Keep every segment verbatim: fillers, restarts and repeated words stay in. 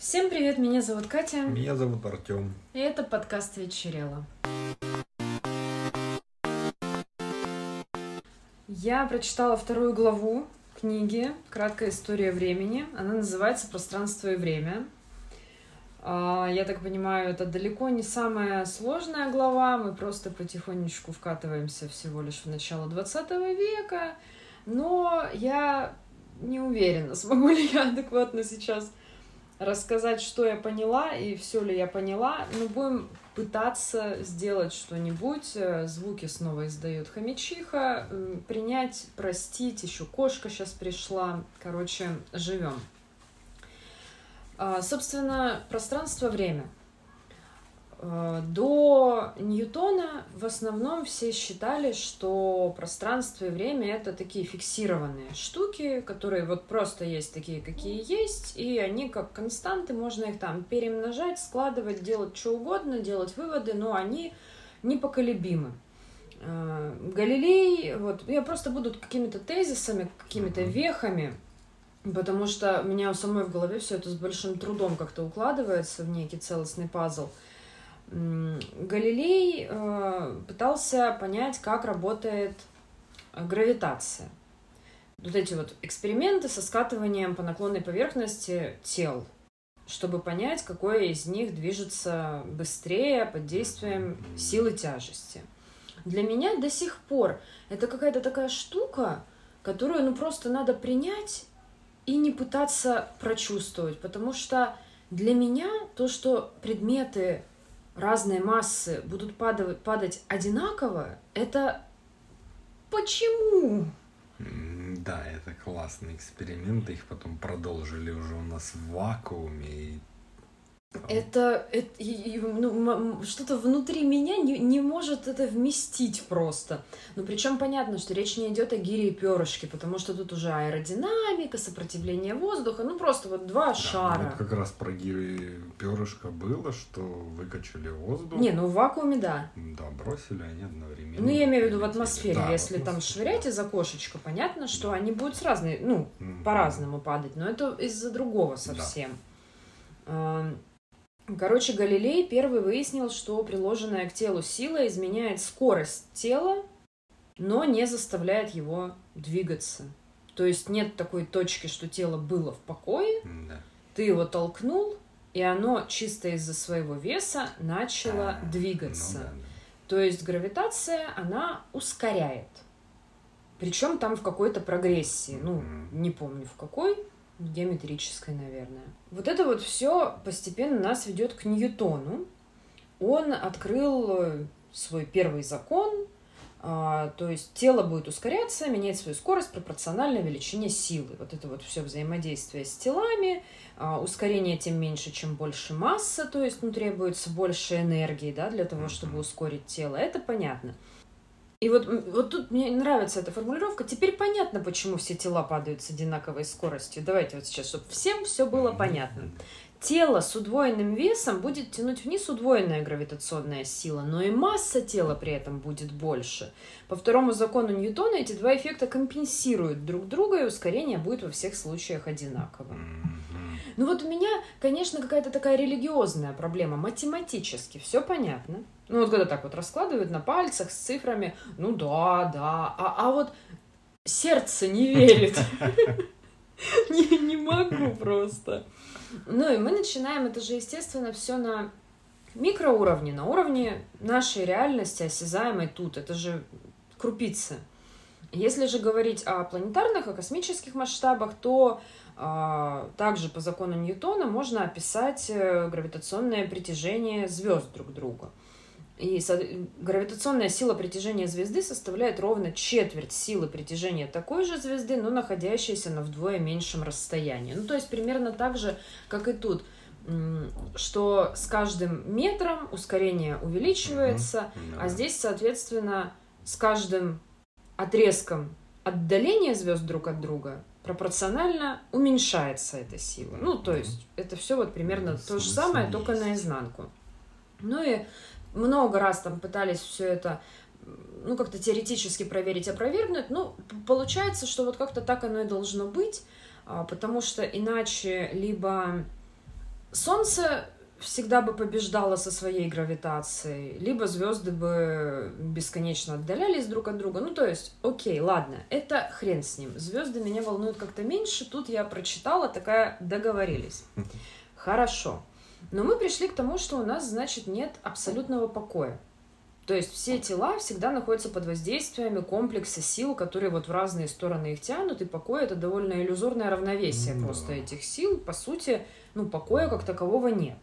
Всем привет, меня зовут Катя. Меня зовут Артем. И это подкаст «Вечерело». Я прочитала вторую главу книги «Краткая история времени». Она называется «Пространство и время». Я так понимаю, это далеко не самая сложная глава. Мы просто потихонечку вкатываемся всего лишь в начало двадцатого века. Но я не уверена, смогу ли я адекватно сейчас рассказать, что я поняла и все ли я поняла. Но будем пытаться сделать что-нибудь. Звуки снова издает хомячиха. Принять, простить. Еще кошка сейчас пришла. Короче, живем. Собственно, пространство-время. До Ньютона в основном все считали, что пространство и время — это такие фиксированные штуки, которые вот просто есть такие, какие есть, и они как константы, можно их там перемножать, складывать, делать что угодно, делать выводы, но они непоколебимы. Галилей, вот, я просто буду какими-то тезисами, какими-то вехами, потому что у меня у самой в голове все это с большим трудом как-то укладывается в некий целостный пазл. Галилей э, пытался понять, как работает гравитация. Вот эти вот эксперименты со скатыванием по наклонной поверхности тел, чтобы понять, какое из них движется быстрее под действием силы тяжести. Для меня до сих пор это какая-то такая штука, которую ну просто надо принять и не пытаться прочувствовать, потому что для меня то, что предметы разные массы будут падать, падать одинаково, это почему? Да, это классный эксперимент, их потом продолжили уже у нас в вакууме. И... Это, это ну, что-то внутри меня не, не может это вместить просто. Ну, причем понятно, что речь не идет о гире и перышке, потому что тут уже аэродинамика, сопротивление воздуха, ну просто вот два да, шара. Вот как раз про гирю и перышко было, что выкачали воздух. Не, ну в вакууме, да. Да, бросили они одновременно. Ну, я имею в виду в атмосфере. Да, в если атмосфере, там швырять да. из окошечка, понятно, что да. они будут с разной, ну, mm-hmm. по-разному падать, но это из-за другого совсем. Да. Короче, Галилей первый выяснил, что приложенная к телу сила изменяет скорость тела, но не заставляет его двигаться. То есть нет такой точки, что тело было в покое, да. ты его толкнул, и оно чисто из-за своего веса начало а, двигаться. Ну, да, да. То есть гравитация, она ускоряет. Причем там в какой-то прогрессии. Ну, mm-hmm. не помню в какой. Геометрической, наверное. Вот это вот все постепенно нас ведет к Ньютону. Он открыл свой первый закон, а, то есть тело будет ускоряться, менять свою скорость пропорционально величине силы. Вот это вот все взаимодействие с телами, а, ускорение тем меньше, чем больше масса, то есть ну, требуется больше энергии, да, для того, чтобы ускорить тело. Это понятно. И вот, вот тут мне нравится эта формулировка. Теперь понятно, почему все тела падают с одинаковой скоростью. Давайте вот сейчас, чтобы всем все было понятно. Тело с удвоенным весом будет тянуть вниз удвоенная гравитационная сила, но и масса тела при этом будет больше. По второму закону Ньютона эти два эффекта компенсируют друг друга, и ускорение будет во всех случаях одинаковым. Ну вот у меня, конечно, какая-то такая религиозная проблема. Математически все понятно. Ну вот когда так вот раскладывают на пальцах с цифрами, ну да, да, а, а вот сердце не верит. не, не могу просто. Ну и мы начинаем, это же, естественно, все на микроуровне, на уровне нашей реальности, осязаемой тут. Это же крупицы. Если же говорить о планетарных, о космических масштабах, то а, также по закону Ньютона можно описать гравитационное притяжение звезд друг к другу. И гравитационная сила притяжения звезды составляет ровно четверть силы притяжения такой же звезды, но находящейся на вдвое меньшем расстоянии. Ну, то есть примерно так же, как и тут, что с каждым метром ускорение увеличивается, mm-hmm. а здесь, соответственно, с каждым отрезком отдаления звезд друг от друга пропорционально уменьшается эта сила. Ну, то есть это все вот примерно mm-hmm. то же самое, только наизнанку. Ну и много раз там пытались все это, ну, как-то теоретически проверить, опровергнуть. Ну, получается, что вот как-то так оно и должно быть, потому что иначе либо Солнце всегда бы побеждало со своей гравитацией, либо звезды бы бесконечно отдалялись друг от друга. Ну, то есть, окей, ладно, это хрен с ним. Звезды меня волнуют как-то меньше. Тут я прочитала, такая, договорились. Хорошо. Но мы пришли к тому, что у нас, значит, нет абсолютного покоя. То есть все тела всегда находятся под воздействиями комплекса сил, которые вот в разные стороны их тянут, и покой — это довольно иллюзорное равновесие mm-hmm. просто этих сил. По сути, ну, покоя как такового нет.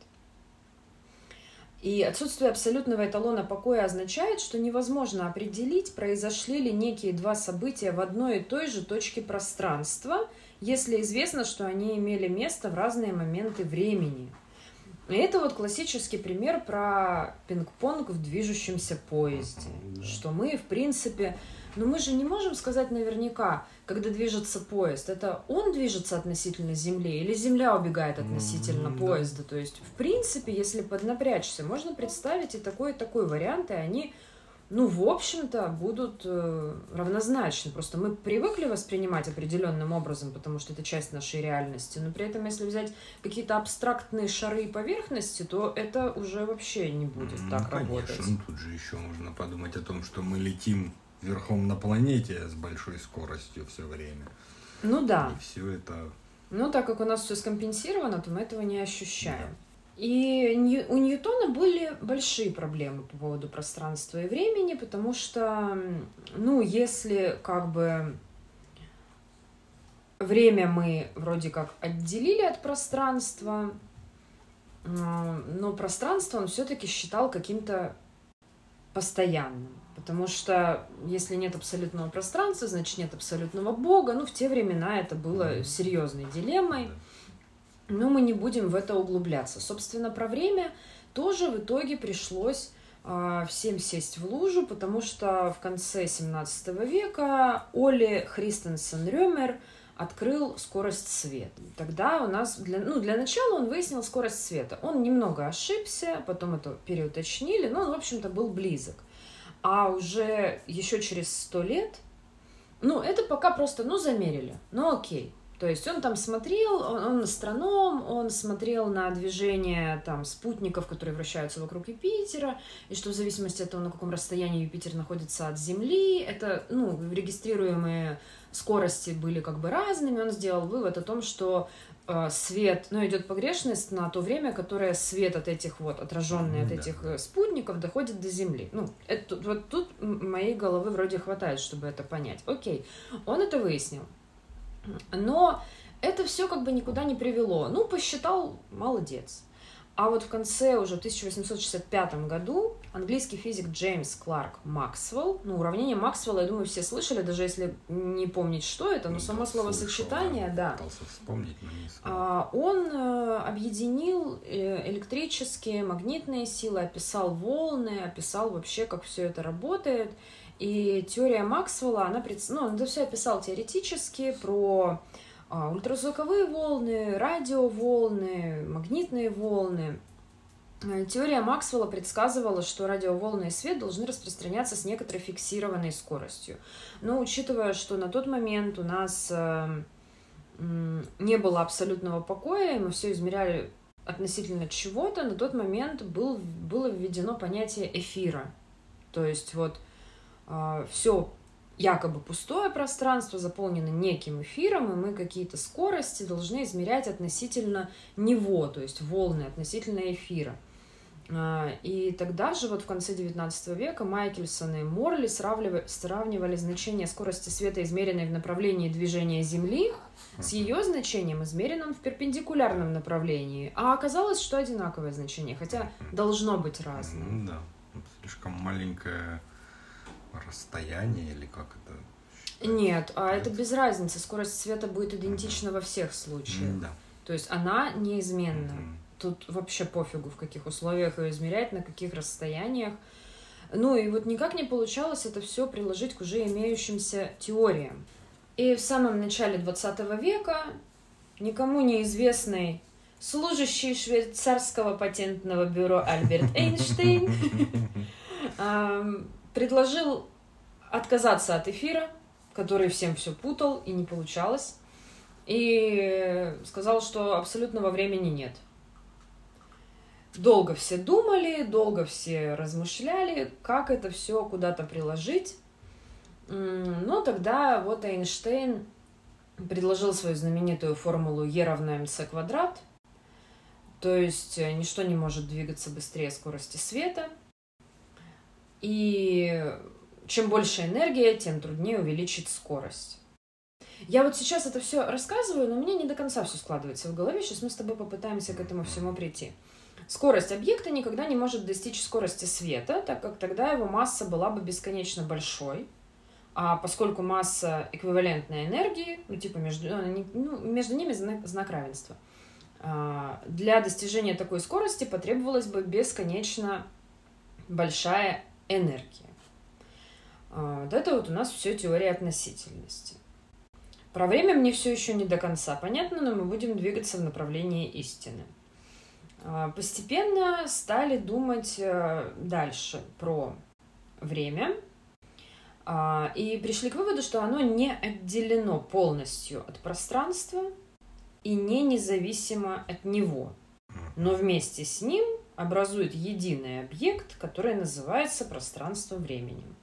И отсутствие абсолютного эталона покоя означает, что невозможно определить, произошли ли некие два события в одной и той же точке пространства, если известно, что они имели место в разные моменты времени. И это вот классический пример про пинг-понг в движущемся поезде. Да. Что мы, в принципе... Но мы же не можем сказать наверняка, когда движется поезд, это он движется относительно Земли или Земля убегает относительно mm-hmm. поезда. То есть, в принципе, если поднапрячься, можно представить и такой, и такой вариант, и они, ну, в общем-то, будут э, равнозначны. Просто мы привыкли воспринимать определенным образом, потому что это часть нашей реальности. Но при этом, если взять какие-то абстрактные шары и поверхности, то это уже вообще не будет mm-hmm. так конечно. работать. Ну, тут же еще можно подумать о том, что мы летим верхом на планете с большой скоростью все время. Ну да. И все это... Ну, так как у нас все скомпенсировано, то мы этого не ощущаем. Да. И Нью- у Ньютона были большие проблемы по поводу пространства и времени, потому что, ну, если как бы время мы вроде как отделили от пространства, но пространство он все-таки считал каким-то постоянным. Потому что если нет абсолютного пространства, значит нет абсолютного Бога. Ну, в те времена это было серьезной дилеммой. Но мы не будем в это углубляться. Собственно, про время тоже в итоге пришлось э, всем сесть в лужу, потому что в конце семнадцатого века Оли Христенсен Рёмер открыл скорость света. Тогда у нас, для, ну, для начала он выяснил скорость света. Он немного ошибся, потом это переуточнили, но он, в общем-то, был близок. А уже еще через сто лет, ну, это пока просто, ну, замерили, ну, окей. То есть он там смотрел, он, он астроном, он смотрел на движение там спутников, которые вращаются вокруг Юпитера, и что в зависимости от того, на каком расстоянии Юпитер находится от Земли, это, ну, регистрируемые скорости были как бы разными. Он сделал вывод о том, что э, свет, ну, идет погрешность на то время, которое свет от этих вот, отраженный mm-hmm. от этих э, спутников, доходит до Земли. Ну, это, вот тут моей головы вроде хватает, чтобы это понять. Окей, он это выяснил. Но это все как бы никуда не привело. Ну, посчитал, молодец. А вот в конце, уже в тысяча восемьсот шестьдесят пятом году, английский физик Джеймс Кларк Максвелл, ну, уравнение Максвелла, я думаю, все слышали, даже если не помнить, что это, но само да, словосочетание, слышал, да. Пытался вспомнить, но не а, он э, объединил электрические, магнитные силы, описал волны, описал вообще, как все это работает. И теория Максвелла, она, ну, он это все описал теоретически про а, ультразвуковые волны, радиоволны, магнитные волны. Теория Максвелла предсказывала, что радиоволны и свет должны распространяться с некоторой фиксированной скоростью. Но учитывая, что на тот момент у нас э, не было абсолютного покоя, и мы все измеряли относительно чего-то, на тот момент был, было введено понятие эфира. То есть вот все якобы пустое пространство заполнено неким эфиром, и мы какие-то скорости должны измерять относительно него, то есть волны относительно эфира. И тогда же, вот в конце девятнадцатого века, Майкельсон и Морли сравнивали, сравнивали значение скорости света, измеренной в направлении движения Земли, с ее значением, измеренным в перпендикулярном направлении. А оказалось, что одинаковое значение, хотя должно быть разное. Да, слишком маленькое расстояние или как это считается? Нет, а Нет? это без разницы. Скорость света будет идентична mm-hmm. во всех случаях. Mm-hmm. То есть она неизменна. Mm-hmm. Тут вообще пофигу, в каких условиях ее измерять, на каких расстояниях. Ну и вот никак не получалось это все приложить к уже имеющимся теориям. И в самом начале двадцатого века никому неизвестный служащий швейцарского патентного бюро Альберт Эйнштейн предложил отказаться от эфира, который всем все путал и не получалось, и сказал, что абсолютного времени нет. Долго все думали, долго все размышляли, как это все куда-то приложить. Но тогда вот Эйнштейн предложил свою знаменитую формулу Е равно МЦ квадрат, то есть ничто не может двигаться быстрее скорости света, и чем больше энергия, тем труднее увеличить скорость. Я вот сейчас это все рассказываю, но у меня не до конца все складывается в голове, сейчас мы с тобой попытаемся к этому всему прийти. Скорость объекта никогда не может достичь скорости света, так как тогда его масса была бы бесконечно большой. А поскольку масса эквивалентной энергии, ну, типа между, ну, между ними знак, знак равенства, для достижения такой скорости потребовалась бы бесконечно большая энергия. Вот это вот у нас все теория относительности. Про время мне все еще не до конца понятно, но мы будем двигаться в направлении истины. Постепенно стали думать дальше про время и пришли к выводу, что оно не отделено полностью от пространства и не независимо от него, но вместе с ним образует единый объект, который называется пространство-временем.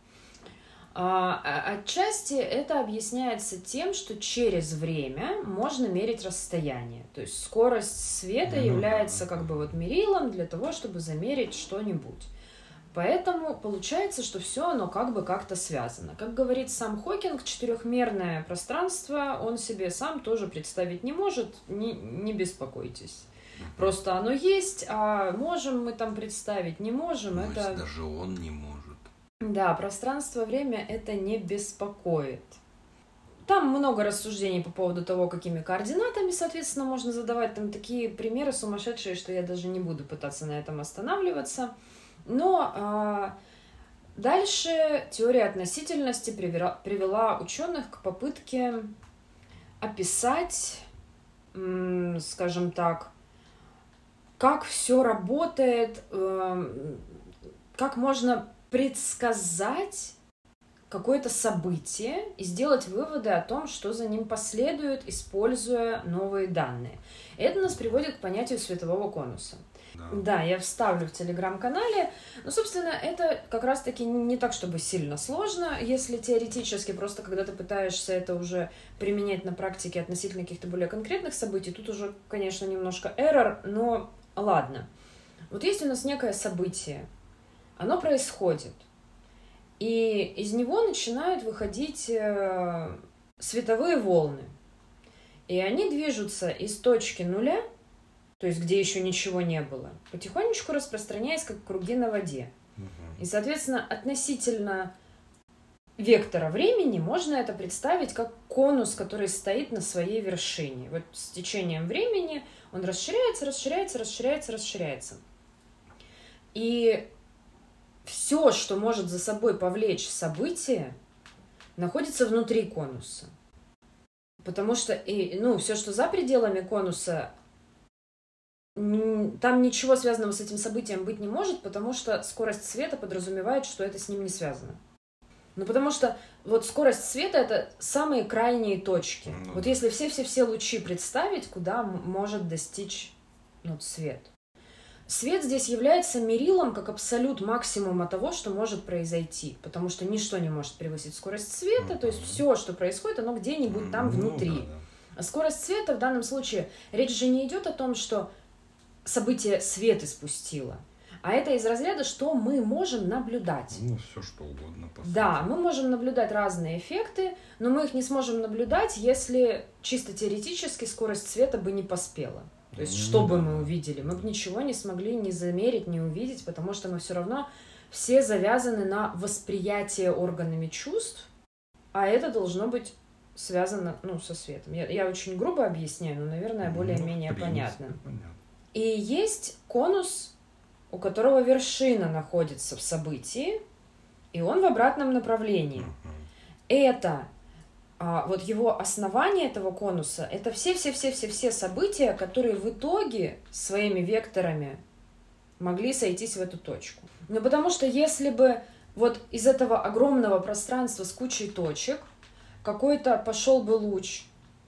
Отчасти это объясняется тем, что через время можно мерить расстояние. То есть скорость света является как бы вот мерилом для того, чтобы замерить что-нибудь. Поэтому получается, что все оно как бы как-то связано. Как говорит сам Хокинг, четырехмерное пространство он себе сам тоже представить не может, не, не беспокойтесь. Просто оно есть, а можем мы там представить, не можем. То это... есть даже он не может. Да, пространство-время это не беспокоит. Там много рассуждений по поводу того, какими координатами, соответственно, можно задавать. Там такие примеры сумасшедшие, что я даже не буду пытаться на этом останавливаться. Но а, дальше теория относительности привела, привела ученых к попытке описать, м, скажем так, как все работает, э, как можно предсказать какое-то событие и сделать выводы о том, что за ним последует, используя новые данные. Это нас приводит к понятию светового конуса. Да, да, я вставлю в телеграм-канале. Но, собственно, это как раз-таки не так, чтобы сильно сложно, если теоретически, просто когда ты пытаешься это уже применять на практике относительно каких-то более конкретных событий, тут уже, конечно, немножко error, но ладно. Вот есть у нас некое событие, оно происходит, и из него начинают выходить э, световые волны. И они движутся из точки нуля, то есть где еще ничего не было, потихонечку распространяясь, как круги на воде. И, соответственно, относительно вектора времени можно это представить как конус, который стоит на своей вершине. Вот с течением времени он расширяется, расширяется, расширяется, расширяется. И все, что может за собой повлечь событие, находится внутри конуса. Потому что и, ну, все, что за пределами конуса, там ничего связанного с этим событием быть не может, потому что скорость света подразумевает, что это с ним не связано. Ну, потому что вот скорость света — это самые крайние точки. Mm-hmm. Вот если все-все-все лучи представить, куда может достичь ну, свет. Свет здесь является мерилом как абсолют максимума того, что может произойти, потому что ничто не может превысить скорость света, mm-hmm. то есть все, что происходит, оно где-нибудь mm-hmm. там внутри. Mm-hmm. А скорость света в данном случае, речь же не идет о том, что событие свет испустило, а это из разряда, что мы можем наблюдать. Ну, все что угодно, по сути. Да, мы можем наблюдать разные эффекты, но мы их не сможем наблюдать, если чисто теоретически скорость света бы не поспела. То есть, что бы мы увидели? Мы бы ничего не смогли ни замерить, ни увидеть, потому что мы все равно все завязаны на восприятие органами чувств, а это должно быть связано ну, со светом. Я, я очень грубо объясняю, но, наверное, более-менее ну, понятно. понятно. И есть конус, у которого вершина находится в событии, и он в обратном направлении. Это А вот его основание этого конуса — это все-все-все-все-все события, которые в итоге своими векторами могли сойтись в эту точку. Ну, потому что если бы вот из этого огромного пространства с кучей точек какой-то пошел бы луч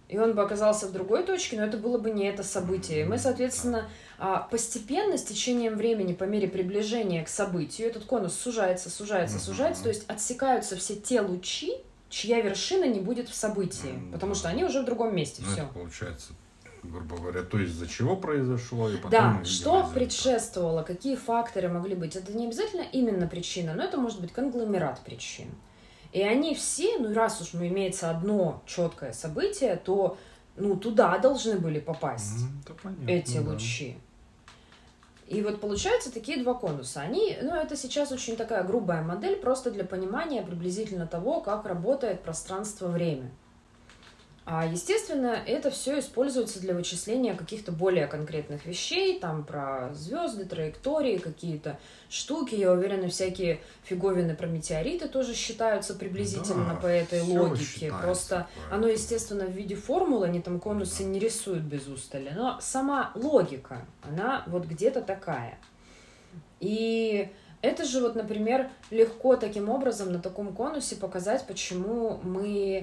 и он бы оказался в другой точке, но это было бы не это событие. И мы, соответственно, постепенно, с течением времени, по мере приближения к событию, этот конус сужается, сужается, mm-hmm. сужается, то есть отсекаются все те лучи, чья вершина не будет в событии, mm-hmm. потому что они уже в другом месте, ну, все. Это получается, грубо говоря, то, из-за чего произошло, и потом... Да, что предшествовало, какие факторы могли быть. Это не обязательно именно причина, но это может быть конгломерат причин. И они все, ну раз уж имеется одно четкое событие, то ну, туда должны были попасть mm, понятно, эти да. лучи. И вот получаются такие два конуса. Они, ну это сейчас очень такая грубая модель, просто для понимания приблизительно того, как работает пространство-время. А, естественно, это все используется для вычисления каких-то более конкретных вещей, там про звезды, траектории, какие-то штуки. Я уверена, всякие фиговины про метеориты тоже считаются приблизительно да, по этой логике. считается, Просто поэтому. Оно, естественно, в виде формулы, они там конусы не рисуют без устали. Но сама логика, она вот где-то такая. И это же вот, например, легко таким образом на таком конусе показать, почему мы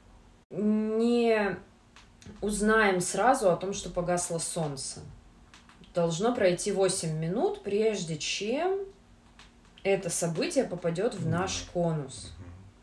не узнаем сразу о том, что погасло солнце. Должно пройти восемь минут, прежде чем это событие попадет в наш конус.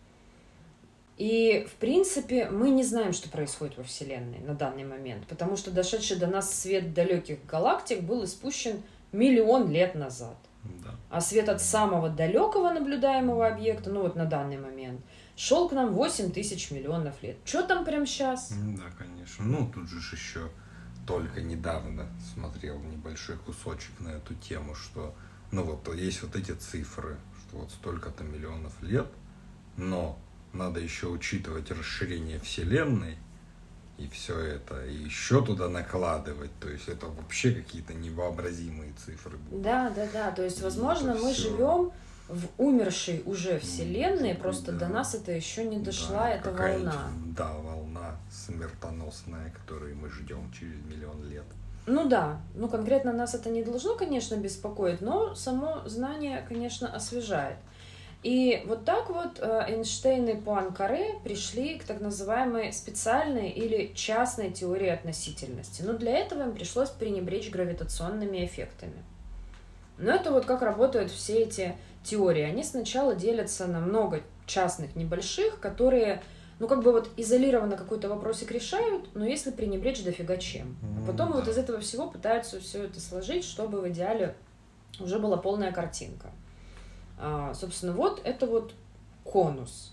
И, в принципе, мы не знаем, что происходит во Вселенной на данный момент, потому что дошедший до нас свет далеких галактик был испущен миллион лет назад. Да. А свет от самого далекого наблюдаемого объекта, ну вот на данный момент, шел к нам восемь тысяч миллионов лет. Что там прямо сейчас? Да, конечно. Ну, тут же еще только недавно смотрел небольшой кусочек на эту тему, что, ну вот, есть вот эти цифры, что вот столько-то миллионов лет, но надо еще учитывать расширение Вселенной и все это, и еще туда накладывать, то есть это вообще какие-то невообразимые цифры будут. Да, да, да, то есть, возможно, мы всё... живем в умершей уже Вселенной, ну, просто да. до нас это еще не дошла, да, эта волна. Да, волна смертоносная, которую мы ждем через миллион лет. Ну да, ну конкретно нас это не должно, конечно, беспокоить, но само знание, конечно, освежает. И вот так вот Эйнштейн и Пуанкаре пришли к так называемой специальной или частной теории относительности. Но для этого им пришлось пренебречь гравитационными эффектами. Но это вот как работают все эти теории. Они сначала делятся на много частных, небольших, которые, ну, как бы вот изолированно какой-то вопросик решают, но если пренебречь, дофига чем. А потом mm, вот да. из этого всего пытаются все это сложить, чтобы в идеале уже была полная картинка. А, собственно, вот это вот конус.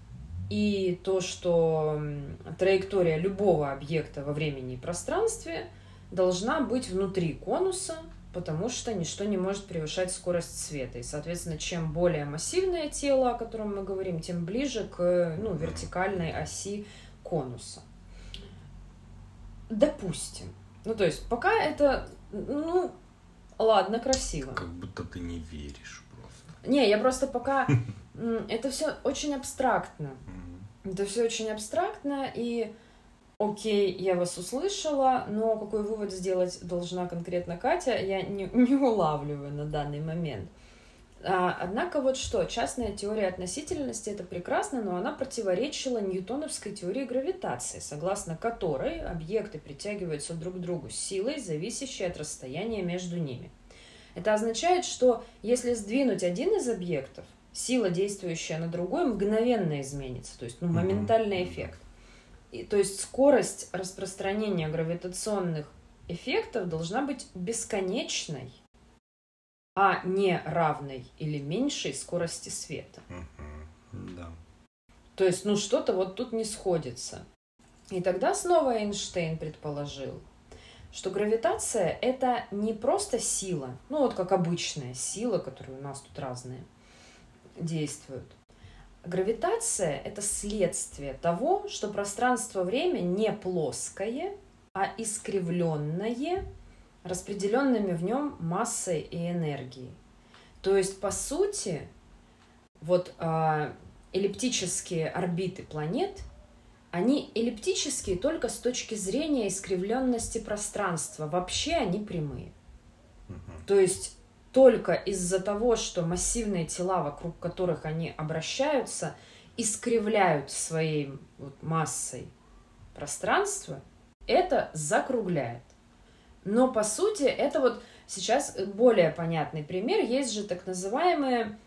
И то, что траектория любого объекта во времени и пространстве должна быть внутри конуса, потому что ничто не может превышать скорость света. И, соответственно, чем более массивное тело, о котором мы говорим, тем ближе к ну, вертикальной оси конуса. Допустим. Ну, то есть, пока это, ну, ладно, красиво. Как будто ты не веришь просто. Не, я просто пока... Это все очень абстрактно. Это все очень абстрактно, и... Окей, я вас услышала, но какой вывод сделать должна конкретно Катя, я не, не улавливаю на данный момент. А, однако вот что, частная теория относительности – это прекрасно, но она противоречила ньютоновской теории гравитации, согласно которой объекты притягиваются друг к другу силой, зависящей от расстояния между ними. Это означает, что если сдвинуть один из объектов, сила, действующая на другой, мгновенно изменится, то есть ну, моментальный эффект. И, то есть скорость распространения гравитационных эффектов должна быть бесконечной, а не равной или меньшей скорости света. Uh-huh. Да. То есть, ну что-то вот тут не сходится. И тогда снова Эйнштейн предположил, что гравитация – это не просто сила, ну вот как обычная сила, которая у нас тут разные действуют. Гравитация – это следствие того, что пространство-время не плоское, а искривленное, распределенными в нем массой и энергией. То есть, по сути, вот э, эллиптические орбиты планет, они эллиптические только с точки зрения искривленности пространства. Вообще они прямые. То есть, только из-за того, что массивные тела, вокруг которых они обращаются, искривляют своей вот массой пространство, это закругляет. Но по сути это вот сейчас более понятный пример. Есть же так называемые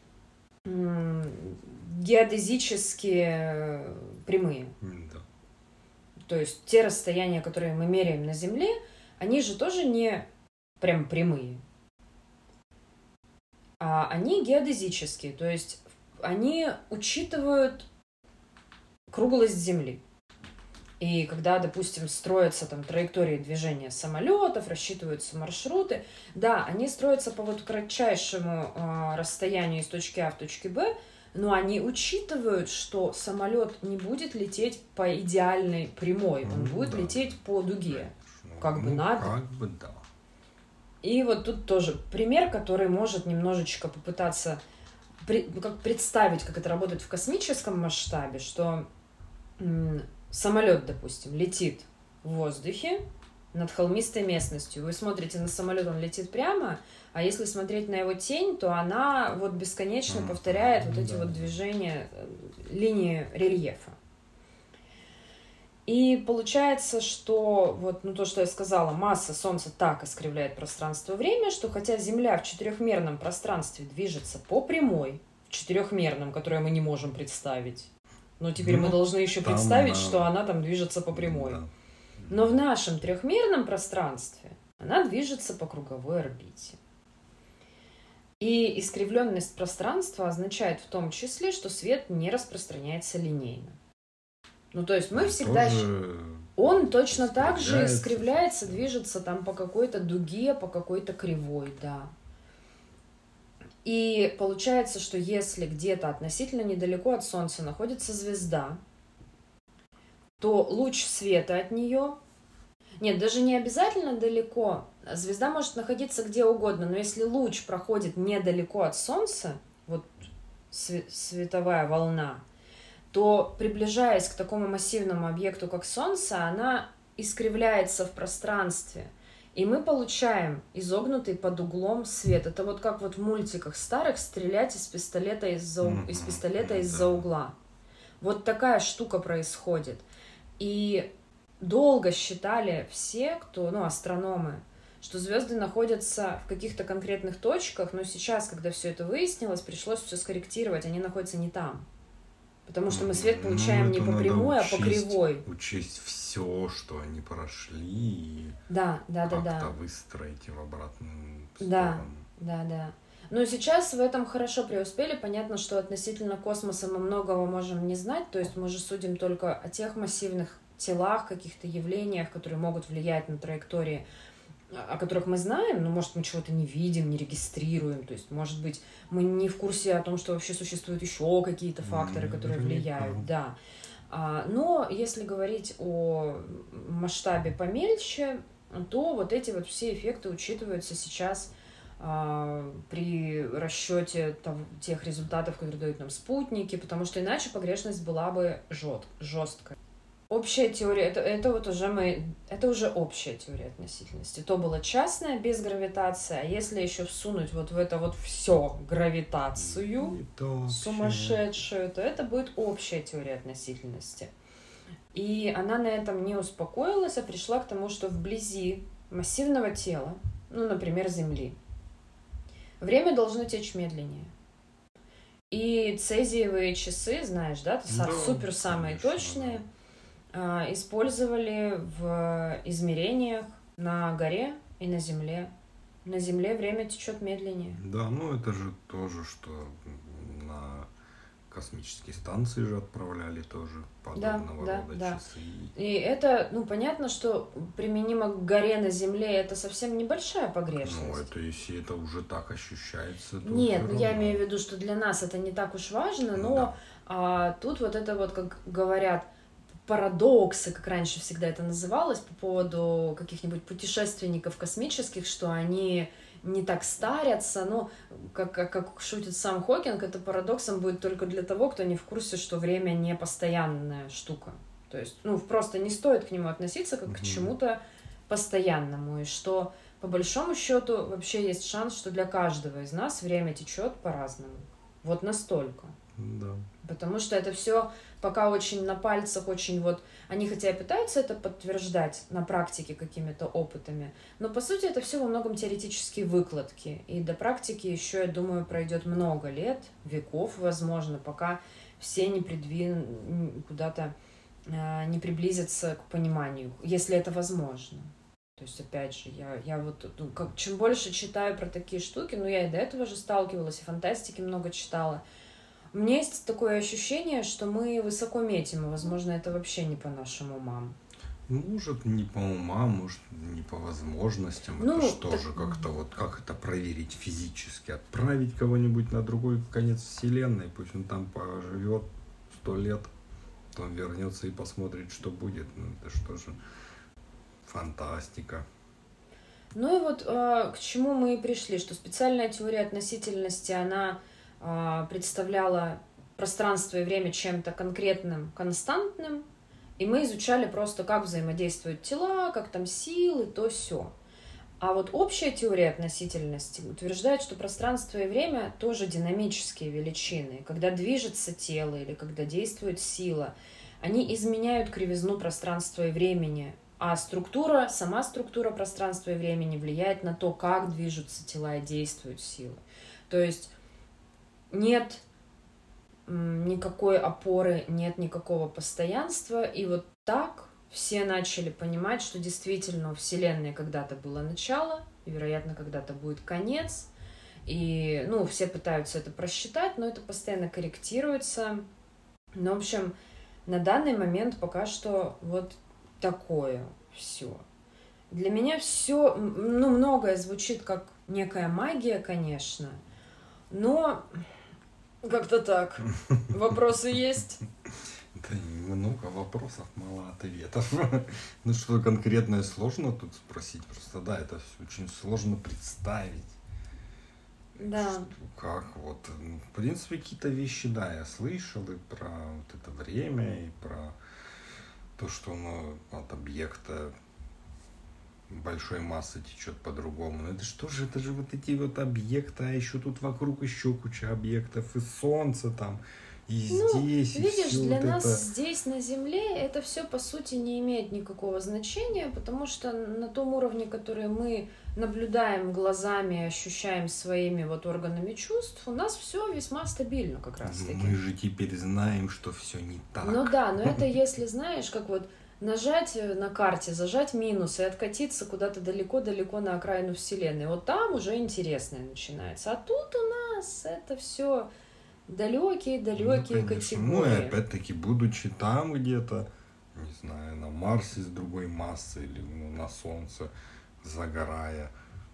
геодезические прямые. Да. То есть те расстояния, которые мы меряем на Земле, они же тоже не прям прямые. А они геодезические, то есть они учитывают круглость Земли. И когда, допустим, строятся там траектории движения самолетов, рассчитываются маршруты, да, они строятся по вот кратчайшему э, расстоянию из точки А в точке Б, но они учитывают, что самолет не будет лететь по идеальной прямой, он Ну, будет да. лететь по дуге, Ну, как бы ну, надо. Как бы да. И вот тут тоже пример, который может немножечко попытаться при, ну, как представить, как это работает в космическом масштабе, что м, самолет, допустим, летит в воздухе над холмистой местностью. Вы смотрите на самолет, он летит прямо, а если смотреть на его тень, то она вот бесконечно повторяет вот эти да. вот движения э, линии рельефа. И получается, что вот ну, то, что я сказала, масса Солнца так искривляет пространство-время, что хотя Земля в четырехмерном пространстве движется по прямой, в четырехмерном, которое мы не можем представить, но теперь Ну, мы должны еще там, представить, а, что она там движется по прямой. Да. Но в нашем трехмерном пространстве она движется по круговой орбите. И искривленность пространства означает в том числе, что свет не распространяется линейно. Ну, то есть мы Он всегда... тоже Он точно так же искривляется. искривляется, движется там по какой-то дуге, по какой-то кривой, да. И получается, что если где-то относительно недалеко от Солнца находится звезда, то луч света от нее... Нет, даже не обязательно далеко. Звезда может находиться где угодно, но если луч проходит недалеко от Солнца, вот световая волна, то, приближаясь к такому массивному объекту, как Солнце, она искривляется в пространстве. И мы получаем изогнутый под углом свет. Это вот как вот в мультиках старых стрелять из пистолета из-за, Mm-hmm. из пистолета Mm-hmm. из-за угла. Вот такая штука происходит. И долго считали все, кто, ну, астрономы, что звезды находятся в каких-то конкретных точках, но сейчас, когда все это выяснилось, пришлось все скорректировать, они находятся не там. Потому что мы свет получаем Ну, не это по надо прямой, учесть, а по кривой. Учесть все, что они прошли, и Да, да, да, как-то да. выстроить в обратную Да, сторону. да, да. Но сейчас в этом хорошо преуспели. Понятно, что относительно космоса мы многого можем не знать. То есть мы же судим только о тех массивных телах, каких-то явлениях, которые могут влиять на траектории, о которых мы знаем, но, может, мы чего-то не видим, не регистрируем. То есть, может быть, мы не в курсе о том, что вообще существуют еще какие-то факторы, Mm, которые наверняка. влияют. Да. А, но если говорить о масштабе помельче, то вот эти вот все эффекты учитываются сейчас а, при расчете там, тех результатов, которые дают нам спутники, потому что иначе погрешность была бы жёст, жесткая. Общая теория, это, это вот уже мы, это уже общая теория относительности. То была частная, без гравитации, а если еще всунуть вот в это вот все гравитацию Это вообще- сумасшедшую, то это будет общая теория относительности. И она на этом не успокоилась, а пришла к тому, что вблизи массивного тела, ну, например, Земли, время должно течь медленнее. И цезиевые часы, знаешь, да, Да, супер самые конечно, точные, использовали в измерениях на горе и на Земле. На Земле время течет медленнее. Да, ну это же тоже, что на космические станции же отправляли тоже подобного да, рода да. часы. И это, ну, понятно, что применимо к горе на Земле это совсем небольшая погрешность. Ну, это если это уже так ощущается, то Нет, всё ну я равно. имею в виду, что для нас это не так уж важно, но Да. а, тут вот это вот, как говорят, парадоксы, как раньше всегда это называлось, по поводу каких-нибудь путешественников космических, что они не так старятся, но, как, как, как шутит сам Хокинг, это парадоксом будет только для того, кто не в курсе, что время не постоянная штука. То есть, ну, просто не стоит к нему относиться как Мгм. к чему-то постоянному, и что, по большому счету, вообще есть шанс, что для каждого из нас время течет по-разному. Вот настолько. Да. Потому что это все пока очень на пальцах, очень вот... Они хотя и пытаются это подтверждать на практике какими-то опытами, но по сути это все во многом теоретические выкладки. И до практики еще, я думаю, пройдет много лет, веков, возможно, пока все не придвинут куда-то, не приблизятся к пониманию, если это возможно. То есть, опять же, я, я вот, ну, как, чем больше читаю про такие штуки, ну, я и до этого же сталкивалась, и фантастики много читала, у меня есть такое ощущение, что мы высоко метим, и, возможно, это вообще не по нашим умам. Может, не по умам, может, не по возможностям. Ну, это что так... же как-то вот, как это проверить физически? Отправить кого-нибудь на другой конец вселенной, пусть он там поживет сто лет, потом вернется и посмотрит, что будет. Ну, это что же фантастика. Ну и вот э, к чему мы и пришли, что специальная теория относительности, она э, представляла пространство и время чем-то конкретным, константным, и мы изучали просто, как взаимодействуют тела, как там силы, то сё. А вот общая теория относительности утверждает, что пространство и время тоже динамические величины. Когда движется тело или когда действует сила, они изменяют кривизну пространства и времени, а структура, сама структура пространства и времени влияет на то, как движутся тела и действуют силы. То есть нет никакой опоры, нет никакого постоянства, и вот так все начали понимать, что действительно у Вселенной когда-то было начало, и, вероятно, когда-то будет конец, и, ну, все пытаются это просчитать, но это постоянно корректируется. Ну, в общем, на данный момент пока что вот такое все. Для меня все, ну, многое звучит как некая магия, конечно, но как-то так. Вопросы есть? Да много вопросов, мало ответов. Ну, что конкретное сложно тут спросить. Просто, да, это очень сложно представить. Да. Что, как вот. Ну, в принципе, какие-то вещи, да, я слышал и про вот это время, и про то, что оно от объекта большой массы течет по-другому. Но это что же, это же вот эти вот объекты, а еще тут вокруг еще куча объектов, и солнце там, и ну, здесь, и видишь, все для вот нас это... здесь, на Земле, это все, по сути, не имеет никакого значения, потому что на том уровне, который мы наблюдаем глазами, ощущаем своими вот органами чувств, у нас все весьма стабильно как раз-таки. Мы же теперь знаем, что все не так. Ну да, но это если, знаешь, как вот нажать на карте, зажать минус и откатиться куда-то далеко-далеко на окраину Вселенной. Вот там уже интересное начинается. А тут у нас это все далекие-далекие ну, категории. Ну и опять-таки, будучи там где-то, не знаю, на Марсе с другой массой или ну, на Солнце, загорая,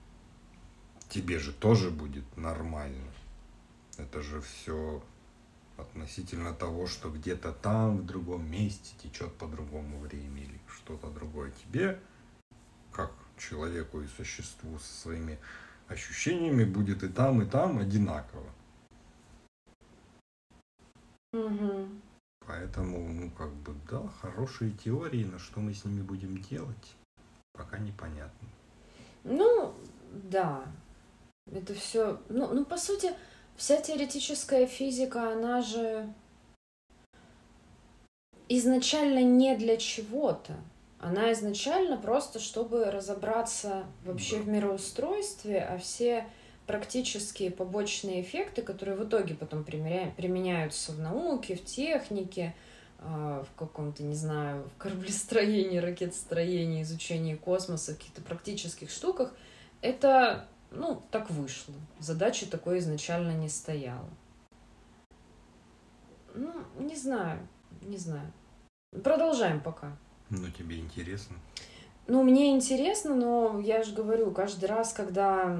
тебе же тоже будет нормально. Это же все относительно того, что где-то там, в другом месте течет по другому времени или что-то другое. Тебе, как человеку и существу со своими ощущениями, будет и там, и там одинаково. Угу. Поэтому, ну, как бы, да, хорошие теории, но что мы с ними будем делать, пока непонятно. Ну, да. Это все, ну, ну, по сути, вся теоретическая физика, она же изначально не для чего-то. Она изначально просто, чтобы разобраться вообще Да. в мироустройстве, а все практические побочные эффекты, которые в итоге потом применяются в науке, в технике, в каком-то, не знаю, в кораблестроении, ракетостроении, изучении космоса, в каких-то практических штуках, это, ну, так вышло. Задачи такой изначально не стояло. Ну, не знаю, не знаю. Продолжаем пока. Ну, тебе интересно? Ну, мне интересно, но я же говорю, каждый раз, когда,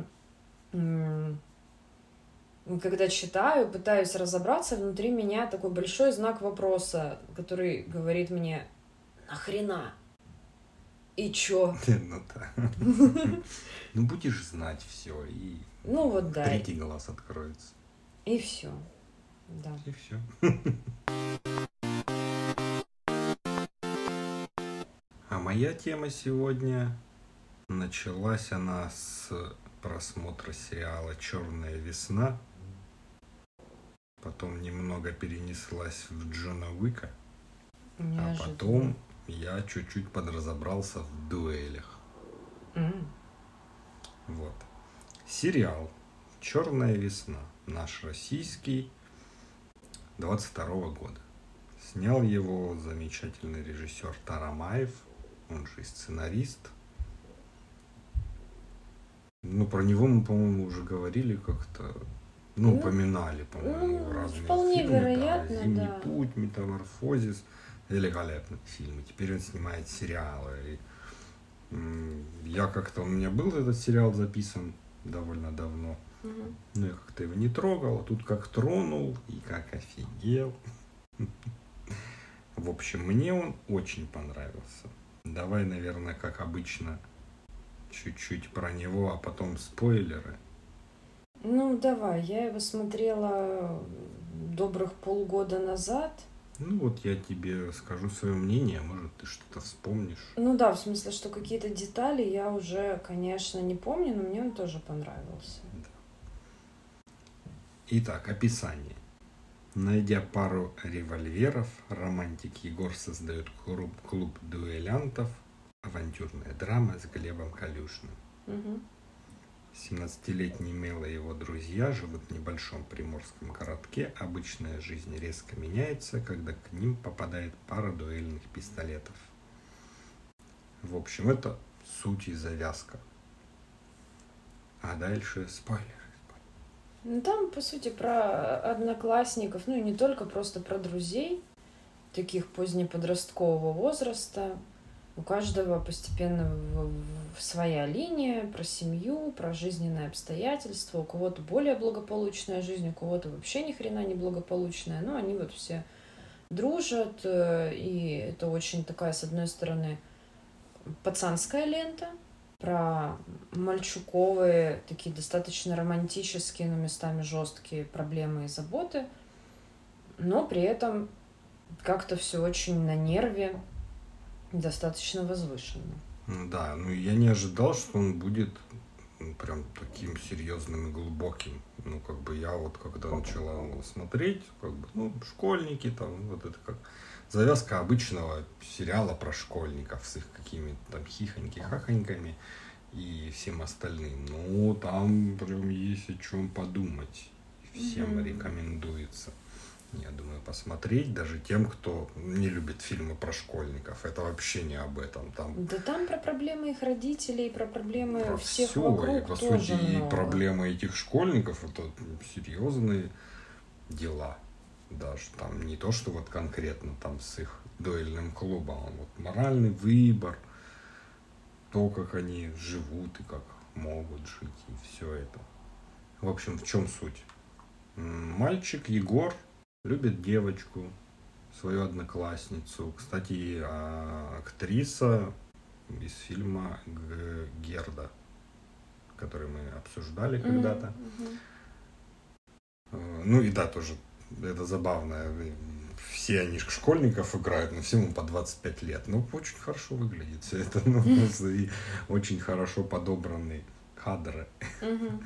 когда читаю, пытаюсь разобраться, внутри меня такой большой знак вопроса, который говорит мне: нахрена? И чё? Ну да. Ну будешь знать все, и ну, вот, да. третий глаз откроется. И все. Да. И все. А моя тема сегодня, началась она с просмотра сериала «Черная весна». потом немного перенеслась в Джона Уика, Неожиданно. а потом я чуть-чуть подразобрался в дуэлях. Mm. Вот. Сериал «Черная весна», наш российский, двадцать второго года. Снял его замечательный режиссер Тарамаев, он же и сценарист. Ну, про него мы, по-моему, уже говорили как-то, ну, ну упоминали, по-моему, ну, разные вполне фильмы. вероятно, да, «Зимний да. путь», «Метаморфозис». Великолепные фильмы. Теперь он снимает сериалы. И, м- я как-то, у меня был этот сериал записан довольно давно. Угу. Но я как-то его не трогал, а тут как тронул и как офигел. В общем, мне он очень понравился. Давай, наверное, как обычно, чуть-чуть про него, а потом спойлеры. Ну, давай. Я его смотрела добрых полгода назад. Ну, вот я тебе скажу свое мнение, может, ты что-то вспомнишь. Ну да, в смысле, что какие-то детали я уже, конечно, не помню, но мне он тоже понравился. Да. Итак, описание. Найдя пару револьверов, романтик Егор создает клуб, клуб дуэлянтов, авантюрная драма с Глебом Калюжным. Угу. семнадцатилетний Мел и его друзья живут в небольшом приморском городке. Обычная жизнь резко меняется, когда к ним попадает пара дуэльных пистолетов. В общем, это суть и завязка. А дальше спойлеры. Ну, там, по сути, про одноклассников, ну, и не только, просто про друзей, таких позднеподросткового возраста. У каждого постепенно в, в своя линия, про семью, про жизненные обстоятельства. У кого-то более благополучная жизнь, у кого-то вообще ни хрена не благополучная. Но они вот все дружат, и это очень такая, с одной стороны, пацанская лента, про мальчуковые, такие достаточно романтические, но местами жесткие проблемы и заботы, но при этом как-то все очень на нерве, достаточно возвышенно. Ну да, ну я не ожидал, что он будет ну, прям таким серьезным и глубоким. Ну, как бы я вот когда начала его смотреть, как бы, ну, школьники там, вот это как завязка обычного сериала про школьников с их какими-то там хихоньки-хахоньками и всем остальным. Ну, там прям есть о чем подумать. Всем mm-hmm. рекомендуется. Я думаю, посмотреть даже тем, кто не любит фильмы про школьников. Это вообще не об этом. Там... Да там про проблемы их родителей, про проблемы про всех все, вокруг и, по тоже сути, много. И проблемы этих школьников это серьезные дела. Даже там не то, что вот конкретно там с их дуэльным клубом, а вот моральный выбор, то, как они живут и как могут жить, и все это. В общем, в чем суть? Мальчик Егор любит девочку, свою одноклассницу. Кстати, актриса из фильма Герда, который мы обсуждали mm-hmm. когда-то. Mm-hmm. Ну и да, тоже это забавно. Все они школьников играют, но всем по двадцать пять лет. Ну, очень хорошо выглядит все это. Ну, и очень хорошо подобранные кадры. Mm-hmm.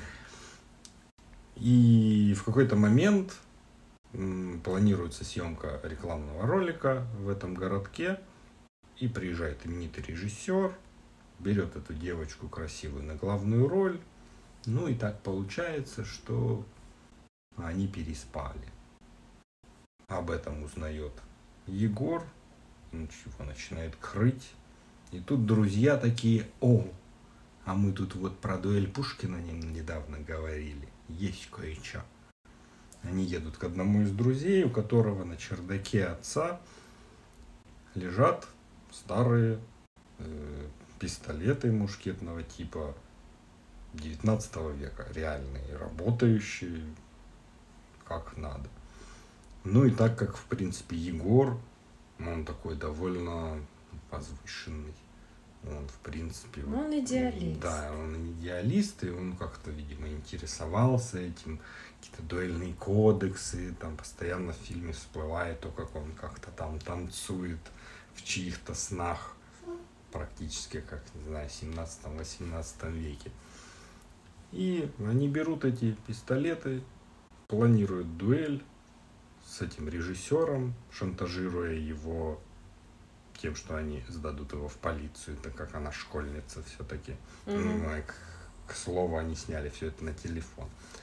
И в какой-то момент планируется съемка рекламного ролика в этом городке, и приезжает именитый режиссер, берет эту девочку красивую на главную роль, ну и так получается, что они переспали. Об этом узнает Егор, ничего начинает крыть, и тут друзья такие: о, а мы тут вот про дуэль Пушкина недавно говорили, есть кое-что. Они едут к одному из друзей, у которого на чердаке отца лежат старые э, пистолеты мушкетного типа девятнадцатого века, реальные, работающие как надо. Ну и так как, в принципе, Егор, он такой довольно возвышенный, он, в принципе... Ну, он идеалист. Да, он идеалист, и он как-то, видимо, интересовался этим, какие-то дуэльные кодексы, там постоянно в фильме всплывает то, как он как-то там танцует в чьих-то снах, практически, как, не знаю, в семнадцатом-восемнадцатом веке. И они берут эти пистолеты, планируют дуэль, с этим режиссером, шантажируя его тем, что они сдадут его в полицию, так как она школьница все-таки. Mm-hmm. Ну, к, к слову, они сняли все это на телефон.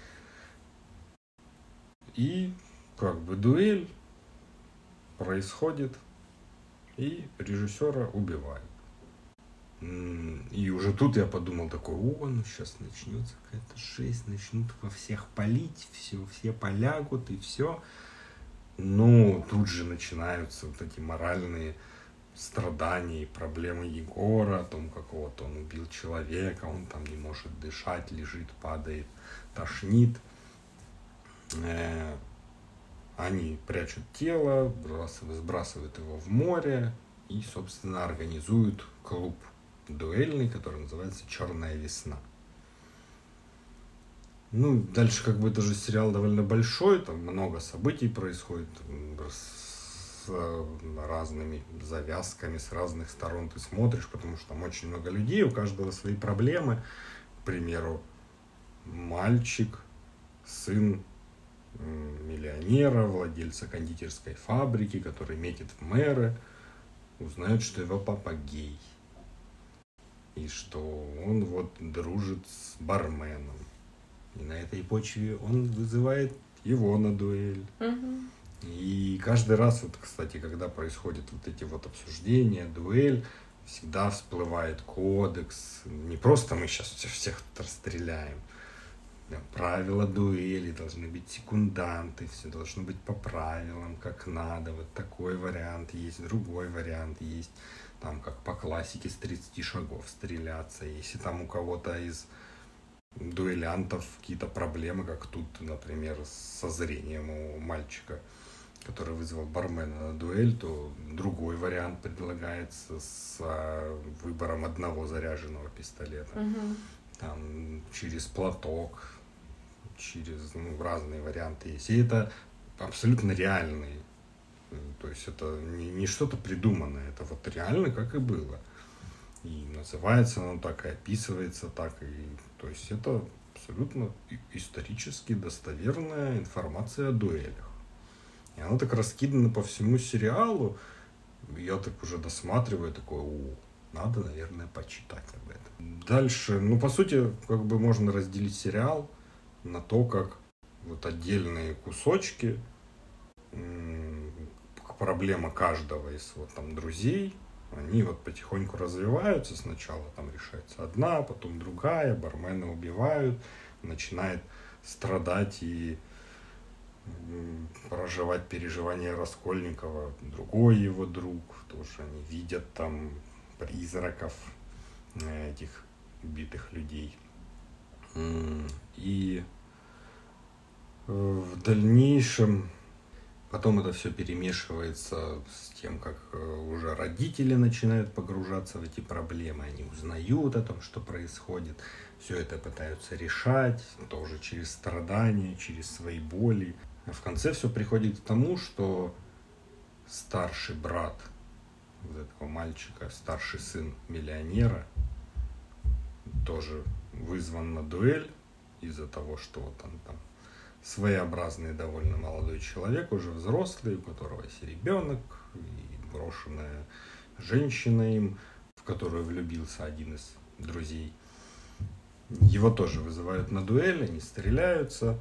И как бы дуэль происходит, и режиссера убивают. И уже тут я подумал такой: о, ну сейчас начнется какая-то жесть, начнут во всех палить, все, все полягут и все. Ну, тут же начинаются вот эти моральные страдания и проблемы Егора, о том, как вот он убил человека, он там не может дышать, лежит, падает, тошнит. Они прячут тело, сбрасывают его в море и, собственно, организуют клуб дуэльный, который называется «Черная весна». Ну, дальше как бы это же сериал довольно большой, там много событий происходит с разными завязками, с разных сторон ты смотришь, потому что там очень много людей, у каждого свои проблемы. К примеру, мальчик, сын миллионера, владельца кондитерской фабрики, который метит в мэры, узнает, что его папа гей. И что он вот дружит с барменом. И на этой почве он вызывает его на дуэль. Угу. И каждый раз, вот, кстати, когда происходят вот эти вот обсуждения, дуэль, всегда всплывает кодекс. Не просто мы сейчас всех тут расстреляем. Правила дуэли, должны быть секунданты, все должно быть по правилам, как надо. Вот такой вариант есть, другой вариант есть. Там как по классике с тридцати шагов стреляться. Если там у кого-то из дуэлянтов какие-то проблемы, как тут, например, со зрением у мальчика, который вызвал бармена на дуэль, то другой вариант предлагается с выбором одного заряженного пистолета. Угу. Там через платок, через ну, разные варианты есть. И это абсолютно реальные. То есть это не, не что-то придуманное, это вот реально как и было. И называется оно так, и описывается так. И, то есть это абсолютно исторически достоверная информация о дуэлях. И она так раскидана по всему сериалу. Я так уже досматриваю, такой: о, надо, наверное, почитать об этом. Дальше, ну, по сути, как бы можно разделить сериал на то, как вот отдельные кусочки, проблема каждого из вот там друзей, они вот потихоньку развиваются. Сначала там решается одна, потом другая, бармена убивают, начинает страдать и проживать переживания Раскольникова другой его друг. Тоже они видят там призраков этих убитых людей. И в дальнейшем потом это все перемешивается с тем, как уже родители начинают погружаться в эти проблемы, они узнают о том, что происходит, все это пытаются решать, тоже через страдания, через свои боли. А в конце все приходит к тому, что старший брат вот этого мальчика, старший сын миллионера, тоже вызван на дуэль из-за того, что вот он там своеобразный довольно молодой человек, уже взрослый, у которого есть ребенок, и брошенная женщина им, в которую влюбился один из друзей. Его тоже вызывают на дуэль, они стреляются,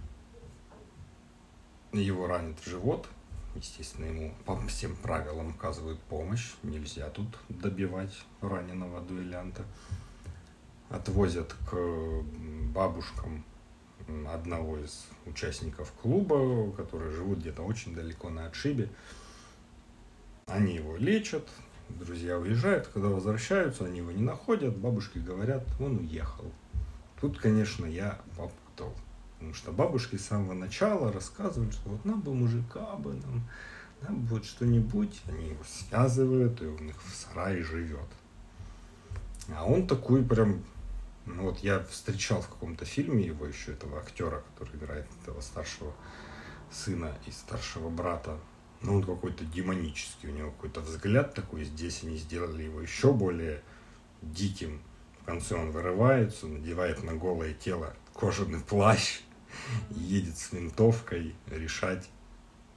его ранят в живот. Естественно, ему по всем правилам оказывают помощь, нельзя тут добивать раненого дуэлянта. Отвозят к бабушкам одного из участников клуба, которые живут где-то очень далеко на отшибе. Они его лечат, друзья уезжают, когда возвращаются, они его не находят, бабушки говорят: он уехал. Тут, конечно, я попутал, потому что бабушки с самого начала рассказывают, что вот нам бы мужика бы, нам, нам бы вот что-нибудь, они его связывают, и он их в сарае живет. А он такой прям... Ну, вот я встречал в каком-то фильме его еще, этого актера, который играет этого старшего сына и старшего брата. Ну, он какой-то демонический, у него какой-то взгляд такой. Здесь они сделали его еще более диким. В конце он вырывается, надевает на голое тело кожаный плащ и едет с винтовкой решать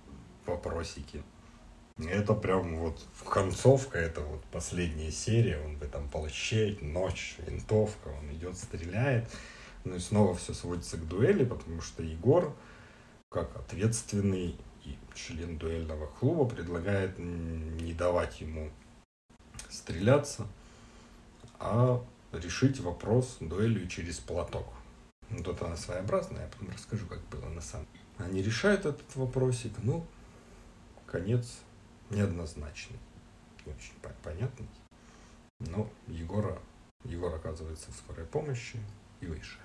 вопросики. Это прям вот концовка, это вот последняя серия, он бы там получает ночь, винтовка, он идет, стреляет. Ну и снова все сводится к дуэли, потому что Егор, как ответственный и член дуэльного клуба, предлагает не давать ему стреляться, а решить вопрос дуэлью через платок. Ну, тут она своеобразная, я потом расскажу, как было на самом деле. Они решают этот вопросик, ну, конец неоднозначный, очень понятный. Но Егора, Егор оказывается в скорой помощи и уезжает.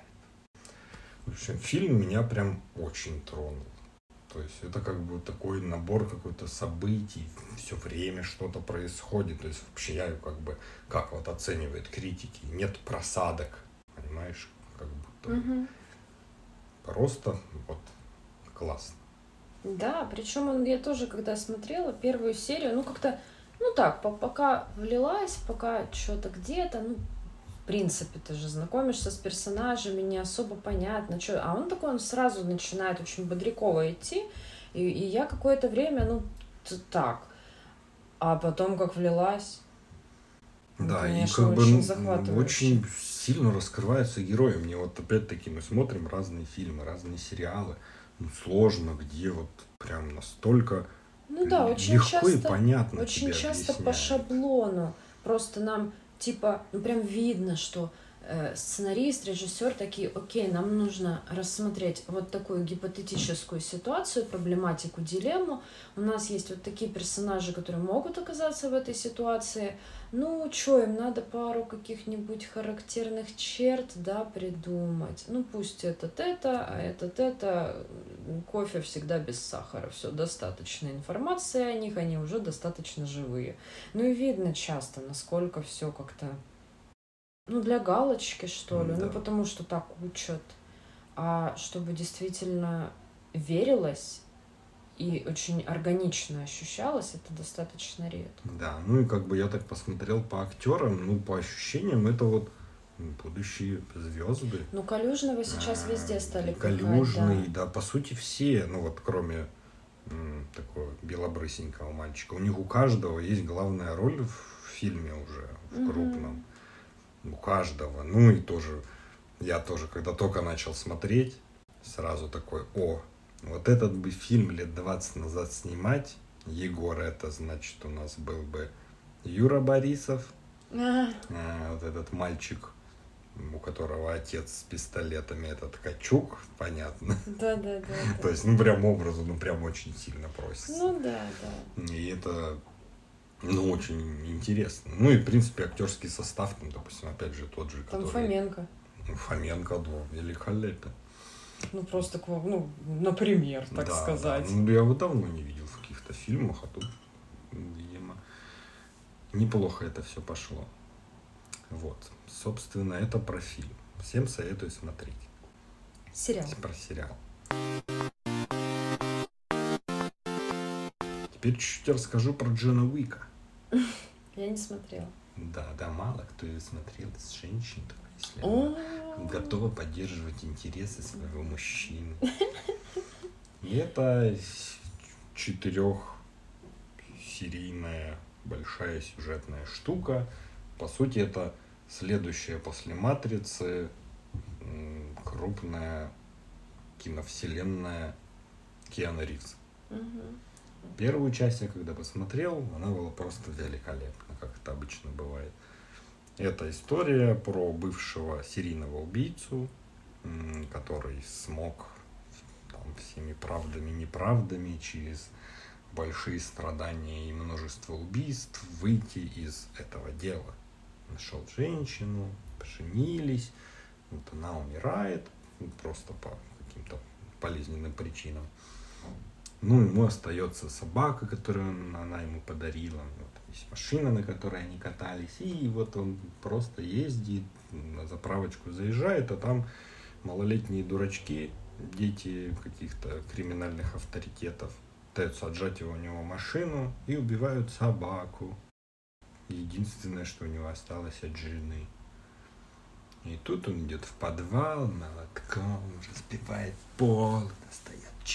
В общем, фильм меня прям очень тронул. То есть это как бы такой набор какой-то событий, все время что-то происходит. То есть вообще я как бы, как вот оценивают критики, нет просадок, понимаешь, как будто Угу. просто вот классно. Да, причем он, я тоже, когда смотрела первую серию, ну как-то, ну так, по- пока влилась, пока что-то где-то, ну, в принципе, ты же знакомишься с персонажами, не особо понятно, что, а он такой, он сразу начинает очень бодряково идти, и, и я какое-то время, ну, т- так, а потом как влилась, ну, Да, конечно, и как бы очень ну, захватывающе. очень сильно раскрываются герои. Мне вот опять-таки мы смотрим разные фильмы, разные сериалы. Ну, сложно, где вот прям настолько Ну да, очень легко часто, и понятно очень тебе часто по объясняют. шаблону. Просто нам типа, ну прям видно, что э, сценарист, режиссер такие, окей, нам нужно рассмотреть вот такую гипотетическую ситуацию, проблематику, дилемму. У нас есть вот такие персонажи, которые могут оказаться в этой ситуации. Ну, что, им надо пару каких-нибудь характерных черт, да, придумать. Ну, пусть этот это, а этот это. Кофе всегда без сахара. Все, достаточно информации о них, они уже достаточно живые. Ну и видно часто, насколько все как-то, ну, для галочки, что ли. Да. Ну, потому что так учат. А чтобы действительно верилось и очень органично ощущалось, это достаточно редко. Да, ну и как бы я так посмотрел по актерам, ну по ощущениям это вот будущие звезды. Ну, Калюжного сейчас А, везде стали и пихать, Калюжный, да. да, по сути все, ну вот кроме м, такого белобрысенького мальчика, у них у каждого есть главная роль в фильме уже, в Мгм. крупном. У каждого. Ну и тоже, я тоже, когда только начал смотреть, сразу такой, о, вот этот бы фильм лет двадцать назад снимать, Егор, это значит у нас был бы Юра Борисов, А, а, вот этот мальчик, у которого отец с пистолетами, это Ткачук, понятно. да, да, да, То да. есть, ну, прям образу, ну, прям очень сильно просится. Ну да, да. И это, ну, очень интересно. Ну, и, в принципе, актерский состав, там, допустим, опять же, тот же, Там который... Фоменко. Ну, Фоменко, да, великолепен. Ну, просто, к- ну, например, так Да, сказать. да. Ну, я его давно не видел в каких-то фильмах, а тут, видимо, неплохо это все пошло. Вот. Собственно, это про фильм. Всем советую смотреть. Сериал. Про сериал. Теперь чуть-чуть расскажу про Джона Уика. Я не смотрела. Да, да, мало кто ее смотрел из женщин, только если О, она готова поддерживать интересы своего мужчины. И это четырехсерийная большая сюжетная штука. По сути, это следующая после «Матрицы» м, крупная киновселенная Киану Ривза. мгм. Первую часть я когда посмотрел, она была просто великолепна, как это обычно бывает. Это история про бывшего серийного убийцу, м, который смог там, всеми правдами и неправдами через большие страдания и множество убийств выйти из этого дела. Нашел женщину, поженились, вот она умирает, ну, просто по каким-то болезненным причинам. Ну, ему остается собака, которую он- она ему подарила. Вот есть машина, на которой они катались. И вот он просто ездит, на заправочку заезжает, а там малолетние дурачки, дети каких-то криминальных авторитетов, пытаются отжать его у него машину и убивают собаку. Единственное, что у него осталось от жены. И тут он идет в подвал, молотком разбивает пол, достает чемодан.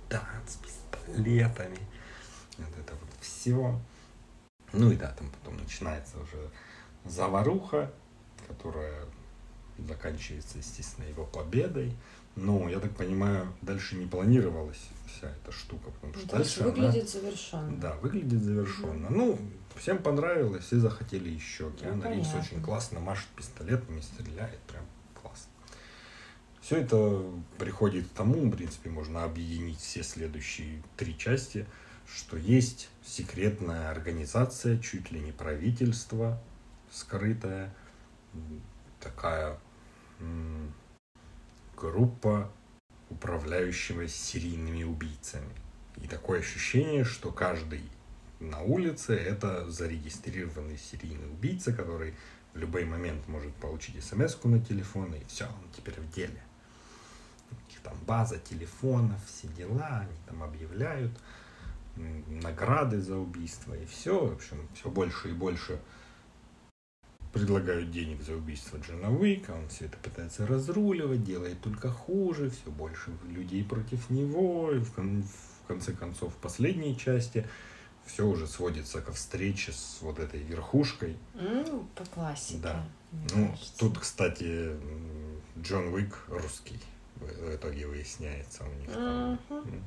солдат с пистолетами. Вот это вот все. Ну и да, там потом начинается уже заваруха, которая заканчивается, естественно, его победой. Но, я так понимаю, дальше не планировалась вся эта штука, потому что То дальше выглядит она... завершенно. Да, выглядит завершенно. Mm-hmm. Ну, всем понравилось, все захотели еще. Киану ну, Ривз очень классно машет пистолетами, стреляет, прям классно. Все это приходит к тому, в принципе, можно объединить все следующие три части, что есть секретная организация, чуть ли не правительство скрытое, такая м- группа, управляющего серийными убийцами. И такое ощущение, что каждый на улице это зарегистрированный серийный убийца, который в любой момент может получить смс-ку на телефон, и все, он теперь в деле. У них там база телефонов, все дела, они там объявляют награды за убийство, и все, в общем, все больше и больше предлагают денег за убийство Джона Уика, он все это пытается разруливать, делает только хуже, все больше людей против него, и в, кон- в конце концов в последней части все уже сводится ко встрече с вот этой верхушкой. Mm, по классике. Да. Ну, кажется. Тут, кстати, Джон Уик русский в итоге выясняется у них. Uh-huh.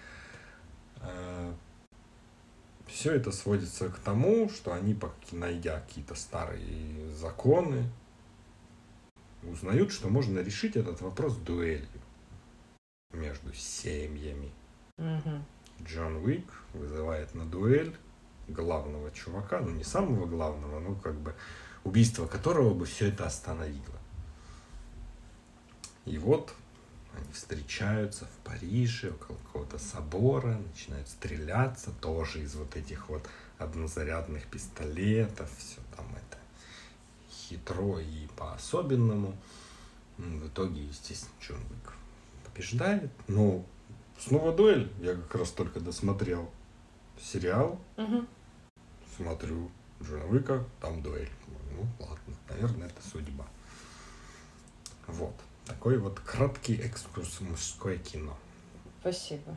Все это сводится к тому, что они, найдя какие-то старые законы, узнают, что можно решить этот вопрос дуэлью между семьями. Uh-huh. Джон Уик вызывает на дуэль главного чувака, ну не самого главного, но как бы убийство которого бы все это остановило. И вот они встречаются в Париже около какого-то собора, начинают стреляться тоже из вот этих вот однозарядных пистолетов, все там это хитро и по-особенному. В итоге, естественно, Джон Уик побеждает, но снова дуэль. Я как раз только досмотрел сериал, угу. смотрю Джона Уика, там дуэль. Ну ладно, наверное, это судьба. Вот. Такой вот краткий экскурс в мужское кино. Спасибо.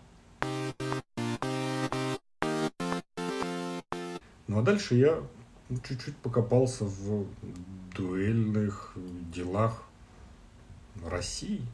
Ну а дальше я чуть-чуть покопался в дуэльных делах России.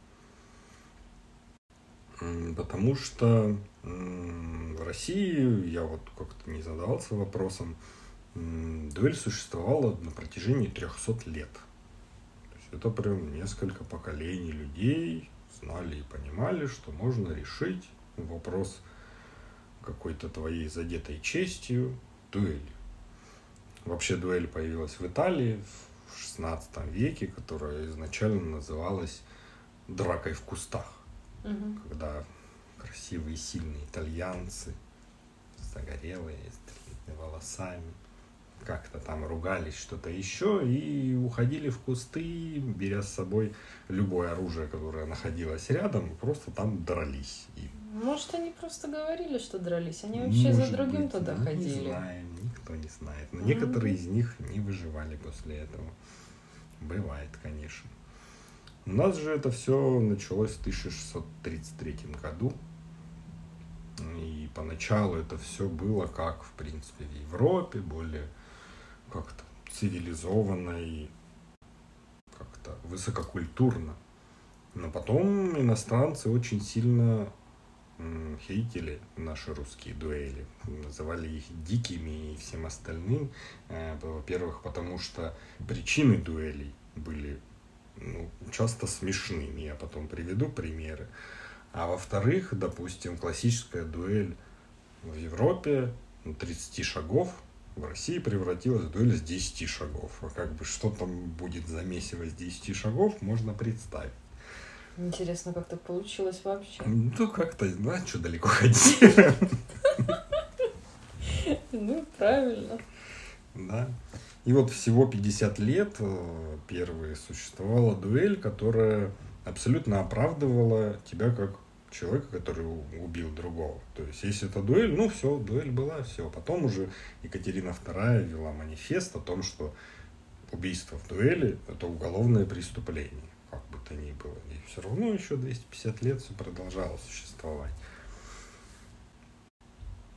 Потому что в России, я вот как-то не задавался вопросом, дуэль существовала на протяжении трехсот лет. Это прям несколько поколений людей знали и понимали, что можно решить вопрос какой-то твоей задетой честью дуэлью. Вообще дуэль появилась в Италии в шестнадцатом веке, которая изначально называлась дракой в кустах. Угу. Когда красивые, сильные итальянцы, загорелые, с длинными волосами, как-то там ругались, что-то еще, и уходили в кусты, беря с собой любое оружие, которое находилось рядом, и просто там дрались. И... Может, они просто говорили, что дрались, они вообще Может за другим быть, туда не ходили. Не знаем, никто не знает. Но Mm-hmm. некоторые из них не выживали после этого. Бывает, конечно. У нас же это все началось в тысяча шестьсот тридцать третьем году. И поначалу это все было как, в принципе, в Европе, более как-то цивилизованно и как-то высококультурно. Но потом иностранцы очень сильно м, хейтили наши русские дуэли. Называли их дикими и всем остальным. Э, во-первых, потому что причины дуэлей были ну, часто смешными. Я потом приведу примеры. А во-вторых, допустим, классическая дуэль в Европе тридцать шагов в России превратилась в дуэль с десяти шагов. А как бы что там будет за месиво с десяти шагов, можно представить. Интересно, как так получилось вообще? Ну, как-то, ну, а что далеко ходить? Ну, правильно. Да. И вот всего пятьдесят лет первые существовала дуэль, которая абсолютно оправдывала тебя как человека, который убил другого. То есть, если это дуэль, ну все, дуэль была, все. Потом уже Екатерина вторая ввела манифест о том, что убийство в дуэли – это уголовное преступление, как бы то ни было. И все равно еще двести пятьдесят лет все продолжало существовать.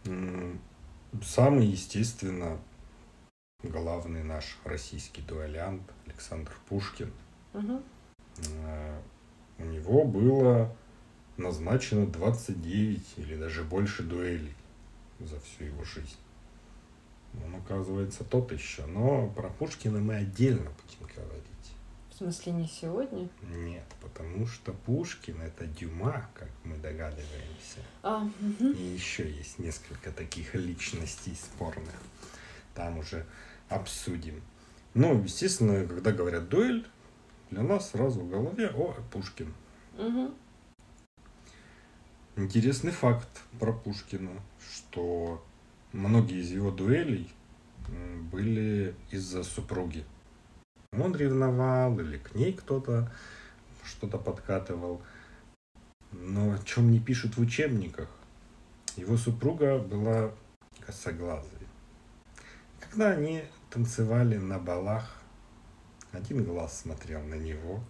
Самый, естественно, главный наш российский дуэлянт Александр Пушкин. Угу. У него было назначено двадцать девять или даже больше дуэлей за всю его жизнь. Он, оказывается, тот еще. Но про Пушкина мы отдельно будем говорить. В смысле, не сегодня? Нет, потому что Пушкин — это Дюма, как мы догадываемся. А, угу. И еще есть несколько таких личностей спорных. Там уже обсудим. Ну, естественно, когда говорят дуэль, для нас сразу в голове: о, Пушкин. Угу. Интересный факт про Пушкина, что многие из его дуэлей были из-за супруги. Он ревновал или к ней кто-то что-то подкатывал. Но о чем не пишут в учебниках, его супруга была косоглазой. Когда они танцевали на балах, один глаз смотрел на него,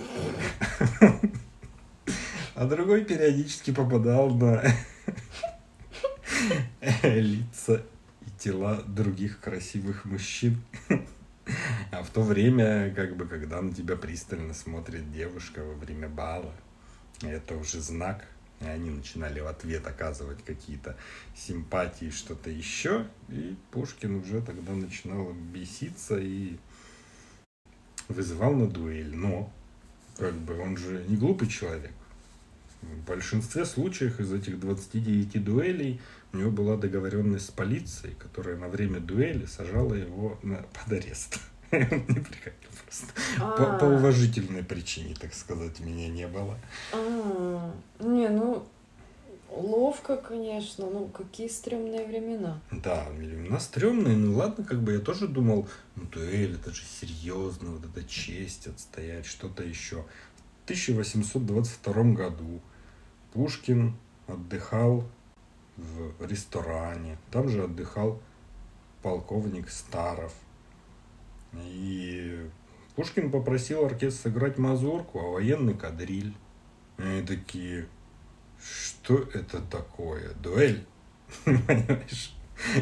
а другой периодически попадал на лица и тела других красивых мужчин. А в то время, как бы, когда на тебя пристально смотрит девушка во время бала, это уже знак, и они начинали в ответ оказывать какие-то симпатии, что-то еще, и Пушкин уже тогда начинал беситься и вызывал на дуэль. Но, как бы, он же не глупый человек. В большинстве случаев из этих двадцати девяти дуэлей у него была договоренность с полицией, которая на время дуэли сажала его на, под арест. Он не приходил просто. По, по уважительной причине, так сказать, меня не было. А, не, ну, ловко, конечно. Ну, какие стрёмные времена. Да, времена стрёмные. Ну ладно, как бы я тоже думал, ну дуэль, это же серьезно, вот эта честь отстоять, что-то еще. В тысяча восемьсот двадцать втором году Пушкин отдыхал в ресторане. Там же отдыхал полковник Старов. И Пушкин попросил оркестр сыграть мазурку, а военный кадриль. И они такие: что это такое? Дуэль? Понимаешь?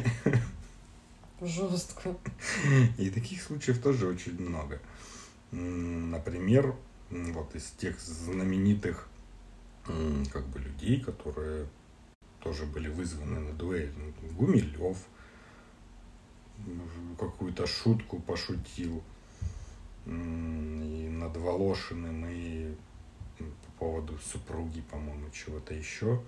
Жестко. И таких случаев тоже очень много. Например, вот из тех знаменитых как бы людей, которые тоже были вызваны на дуэль. Гумилев какую-то шутку пошутил и над Волошиным, и по поводу супруги, по-моему, чего-то еще.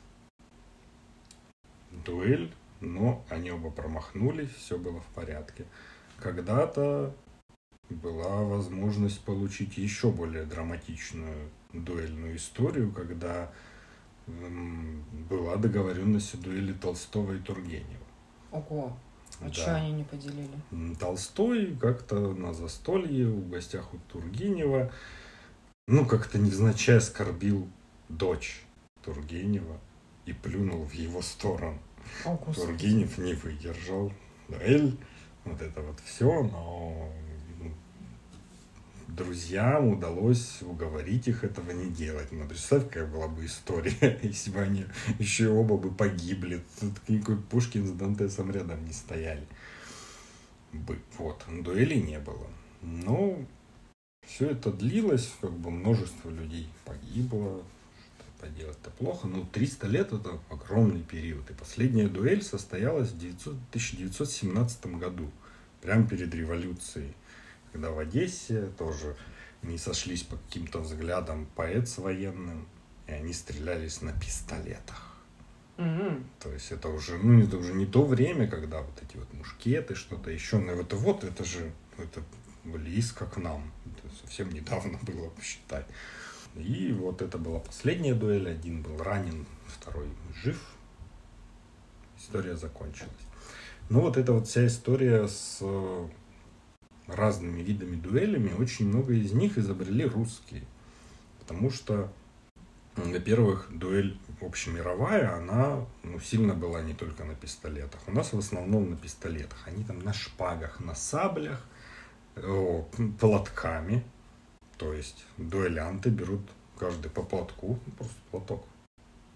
Дуэль, но они оба промахнулись, все было в порядке. Когда-то была возможность получить еще более драматичную дуэльную историю, когда была договоренность о дуэли Толстого и Тургенева. Ого. А Да. что они не поделили? Толстой как-то на застолье в гостях у Тургенева, ну, как-то невзначай оскорбил дочь Тургенева и плюнул в его сторону. О, Господи. Тургенев не выдержал. Дуэль, вот это вот все, но друзьям удалось уговорить их этого не делать. Ну, представь, какая была бы история, если бы они еще оба бы погибли. Тут никакой Пушкин с Дантесом рядом не стояли. Вот, дуэли не было. Но все это длилось, как бы множество людей погибло. Что поделать-то плохо. Но триста лет — это огромный период. И последняя дуэль состоялась в тысяча девятьсот семнадцатом году, прямо перед революцией. Когда в Одессе тоже не сошлись по каким-то взглядам поэт с военным, и они стрелялись на пистолетах. Mm-hmm. То есть это уже, ну, это уже не то время, когда вот эти вот мушкеты, что-то еще. Но это вот, это же, это близко к нам. Это совсем недавно было, посчитай. И вот это была последняя дуэль. Один был ранен, второй жив. История закончилась. Ну вот эта вот вся история с разными видами дуэлями, очень много из них изобрели русские. Потому что, во-первых, дуэль общемировая, она, ну, сильно была не только на пистолетах. У нас в основном на пистолетах. Они там на шпагах, на саблях, о, платками. То есть дуэлянты берут каждый по платку, просто платок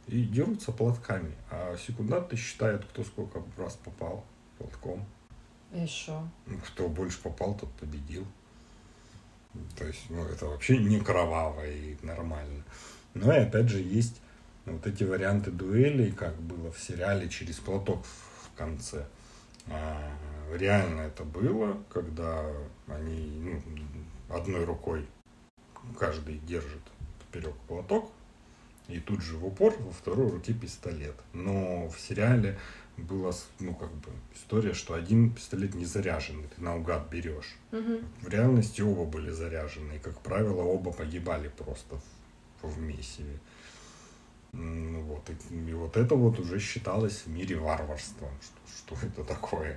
и дерутся платками. А секунданты считают, кто сколько раз попал платком. И что? Кто больше попал, тот победил. То есть, ну, это вообще не кроваво и нормально. Но и опять же есть вот эти варианты дуэлей, как было в сериале «Через платок» в конце. А, реально это было, когда они, ну, одной рукой каждый держит поперек платок, и тут же в упор во второй руке пистолет. Но в сериале была, ну, как бы, история, что один пистолет не заряженный, ты наугад берешь. Угу. В реальности оба были заряжены, и, как правило, оба погибали просто в, в месиве. Ну, вот, и, и вот это вот уже считалось в мире варварством, что, что это такое.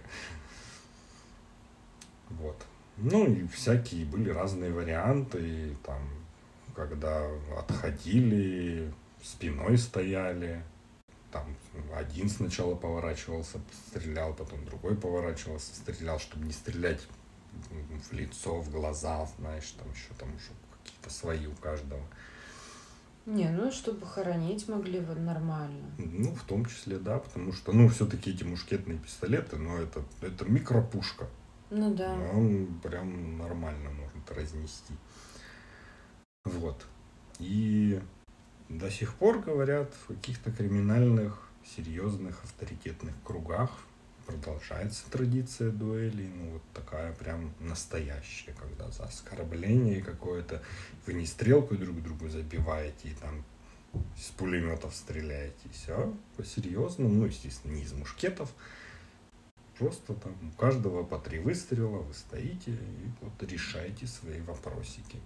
Вот. Ну, и всякие были разные варианты, там, когда отходили, спиной стояли, там один сначала поворачивался, стрелял, потом другой поворачивался, стрелял, чтобы не стрелять в лицо, в глаза, знаешь, там еще там уже какие-то свои у каждого. Не, ну, чтобы хоронить могли вот нормально. Ну, в том числе, да, потому что, ну, все-таки эти мушкетные пистолеты, ну, это, это микропушка. Ну да. Он прям нормально может разнести. Вот. И до сих пор, говорят, в каких-то криминальных, серьезных, авторитетных кругах продолжается традиция дуэлей. Ну, вот такая прям настоящая, когда за оскорбление какое-то вы не стрелку друг другу забиваете и там с пулеметов стреляетесь, а по-серьезному, ну, естественно, не из мушкетов. Просто там у каждого по три выстрела, вы стоите и вот решаете свои вопросики.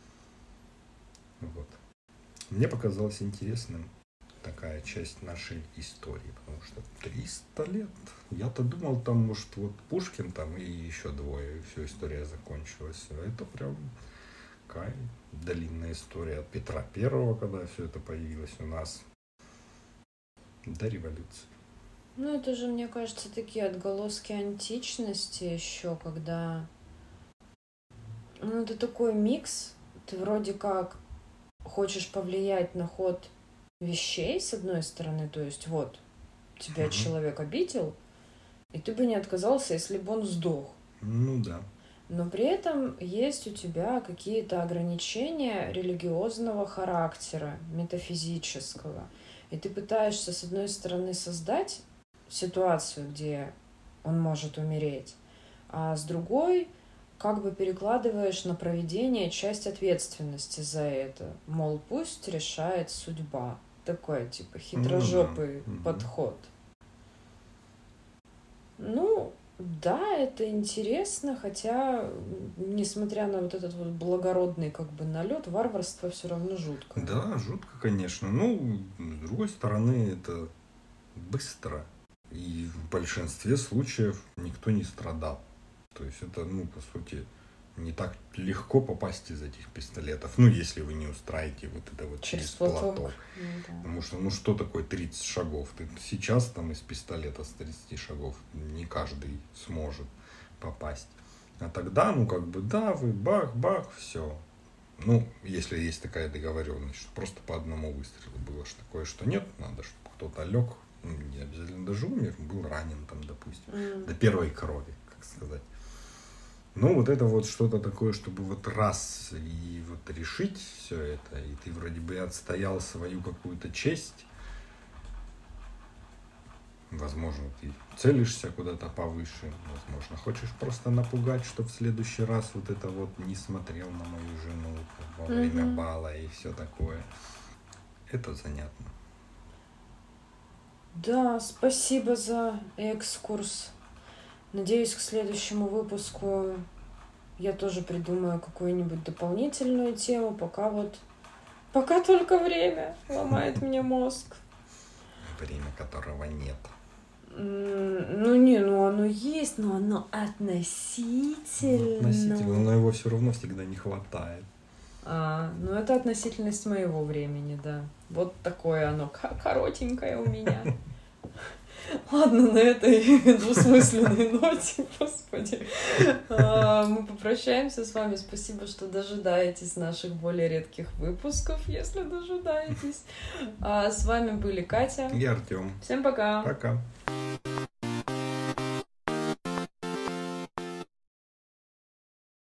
Вот. Мне показалось интересным такая часть нашей истории, потому что триста лет. Я-то думал, там, может, вот Пушкин там и еще двое, и все, история закончилась. А это прям такая длинная история от Петра Первого, когда все это появилось у нас, до революции. Ну, это же, мне кажется, такие отголоски античности еще, когда... Ну, это такой микс. Ты вроде как хочешь повлиять на ход вещей, с одной стороны, то есть вот, тебя mm-hmm. человек обидел, и ты бы не отказался, если бы он сдох. Ну, да. Но при этом есть у тебя какие-то ограничения религиозного характера, метафизического. И ты пытаешься, с одной стороны, создать ситуацию, где он может умереть, а с другой как бы перекладываешь на провидение часть ответственности за это. Мол, пусть решает судьба. Такой, типа, хитрожопый mm-hmm. подход. Ну, да, это интересно, хотя, несмотря на вот этот вот благородный как бы налет, варварство все равно жутко. Да, жутко, конечно. Ну, с другой стороны, это быстро. И в большинстве случаев никто не страдал. То есть это, ну, по сути, не так легко попасть из этих пистолетов. Ну, если вы не устраиваете вот это вот через, через платок. платок. Ну, да. Потому что, ну, что такое тридцать шагов? Ты сейчас там из пистолета с тридцати шагов не каждый сможет попасть. А тогда, ну, как бы, да, вы бах-бах, все. Ну, если есть такая договоренность, что просто по одному выстрелу было что такое, что нет, надо, чтобы кто-то лег, ну, не обязательно даже умер, был ранен там, допустим, mm. до первой крови, как сказать. Ну, вот это вот что-то такое, чтобы вот раз и вот решить все это, и ты вроде бы отстоял свою какую-то честь. Возможно, ты целишься куда-то повыше, возможно, хочешь просто напугать, что в следующий раз вот это вот не смотрел на мою жену во время mm-hmm. бала и все такое. Это занятно. Да, спасибо за экскурс. Надеюсь, к следующему выпуску я тоже придумаю какую-нибудь дополнительную тему, пока вот... Пока только время ломает мне мозг. Время которого нет. Ну, не, ну оно есть, но оно относительно. Ну, относительно, но его все равно всегда не хватает. А, ну это относительность моего времени, да. Вот такое оно, коротенькое у меня. Ладно, на этой двусмысленной ноте, господи, мы попрощаемся с вами. Спасибо, что дожидаетесь наших более редких выпусков, если дожидаетесь. А с вами были Катя и Артём. Всем пока. Пока.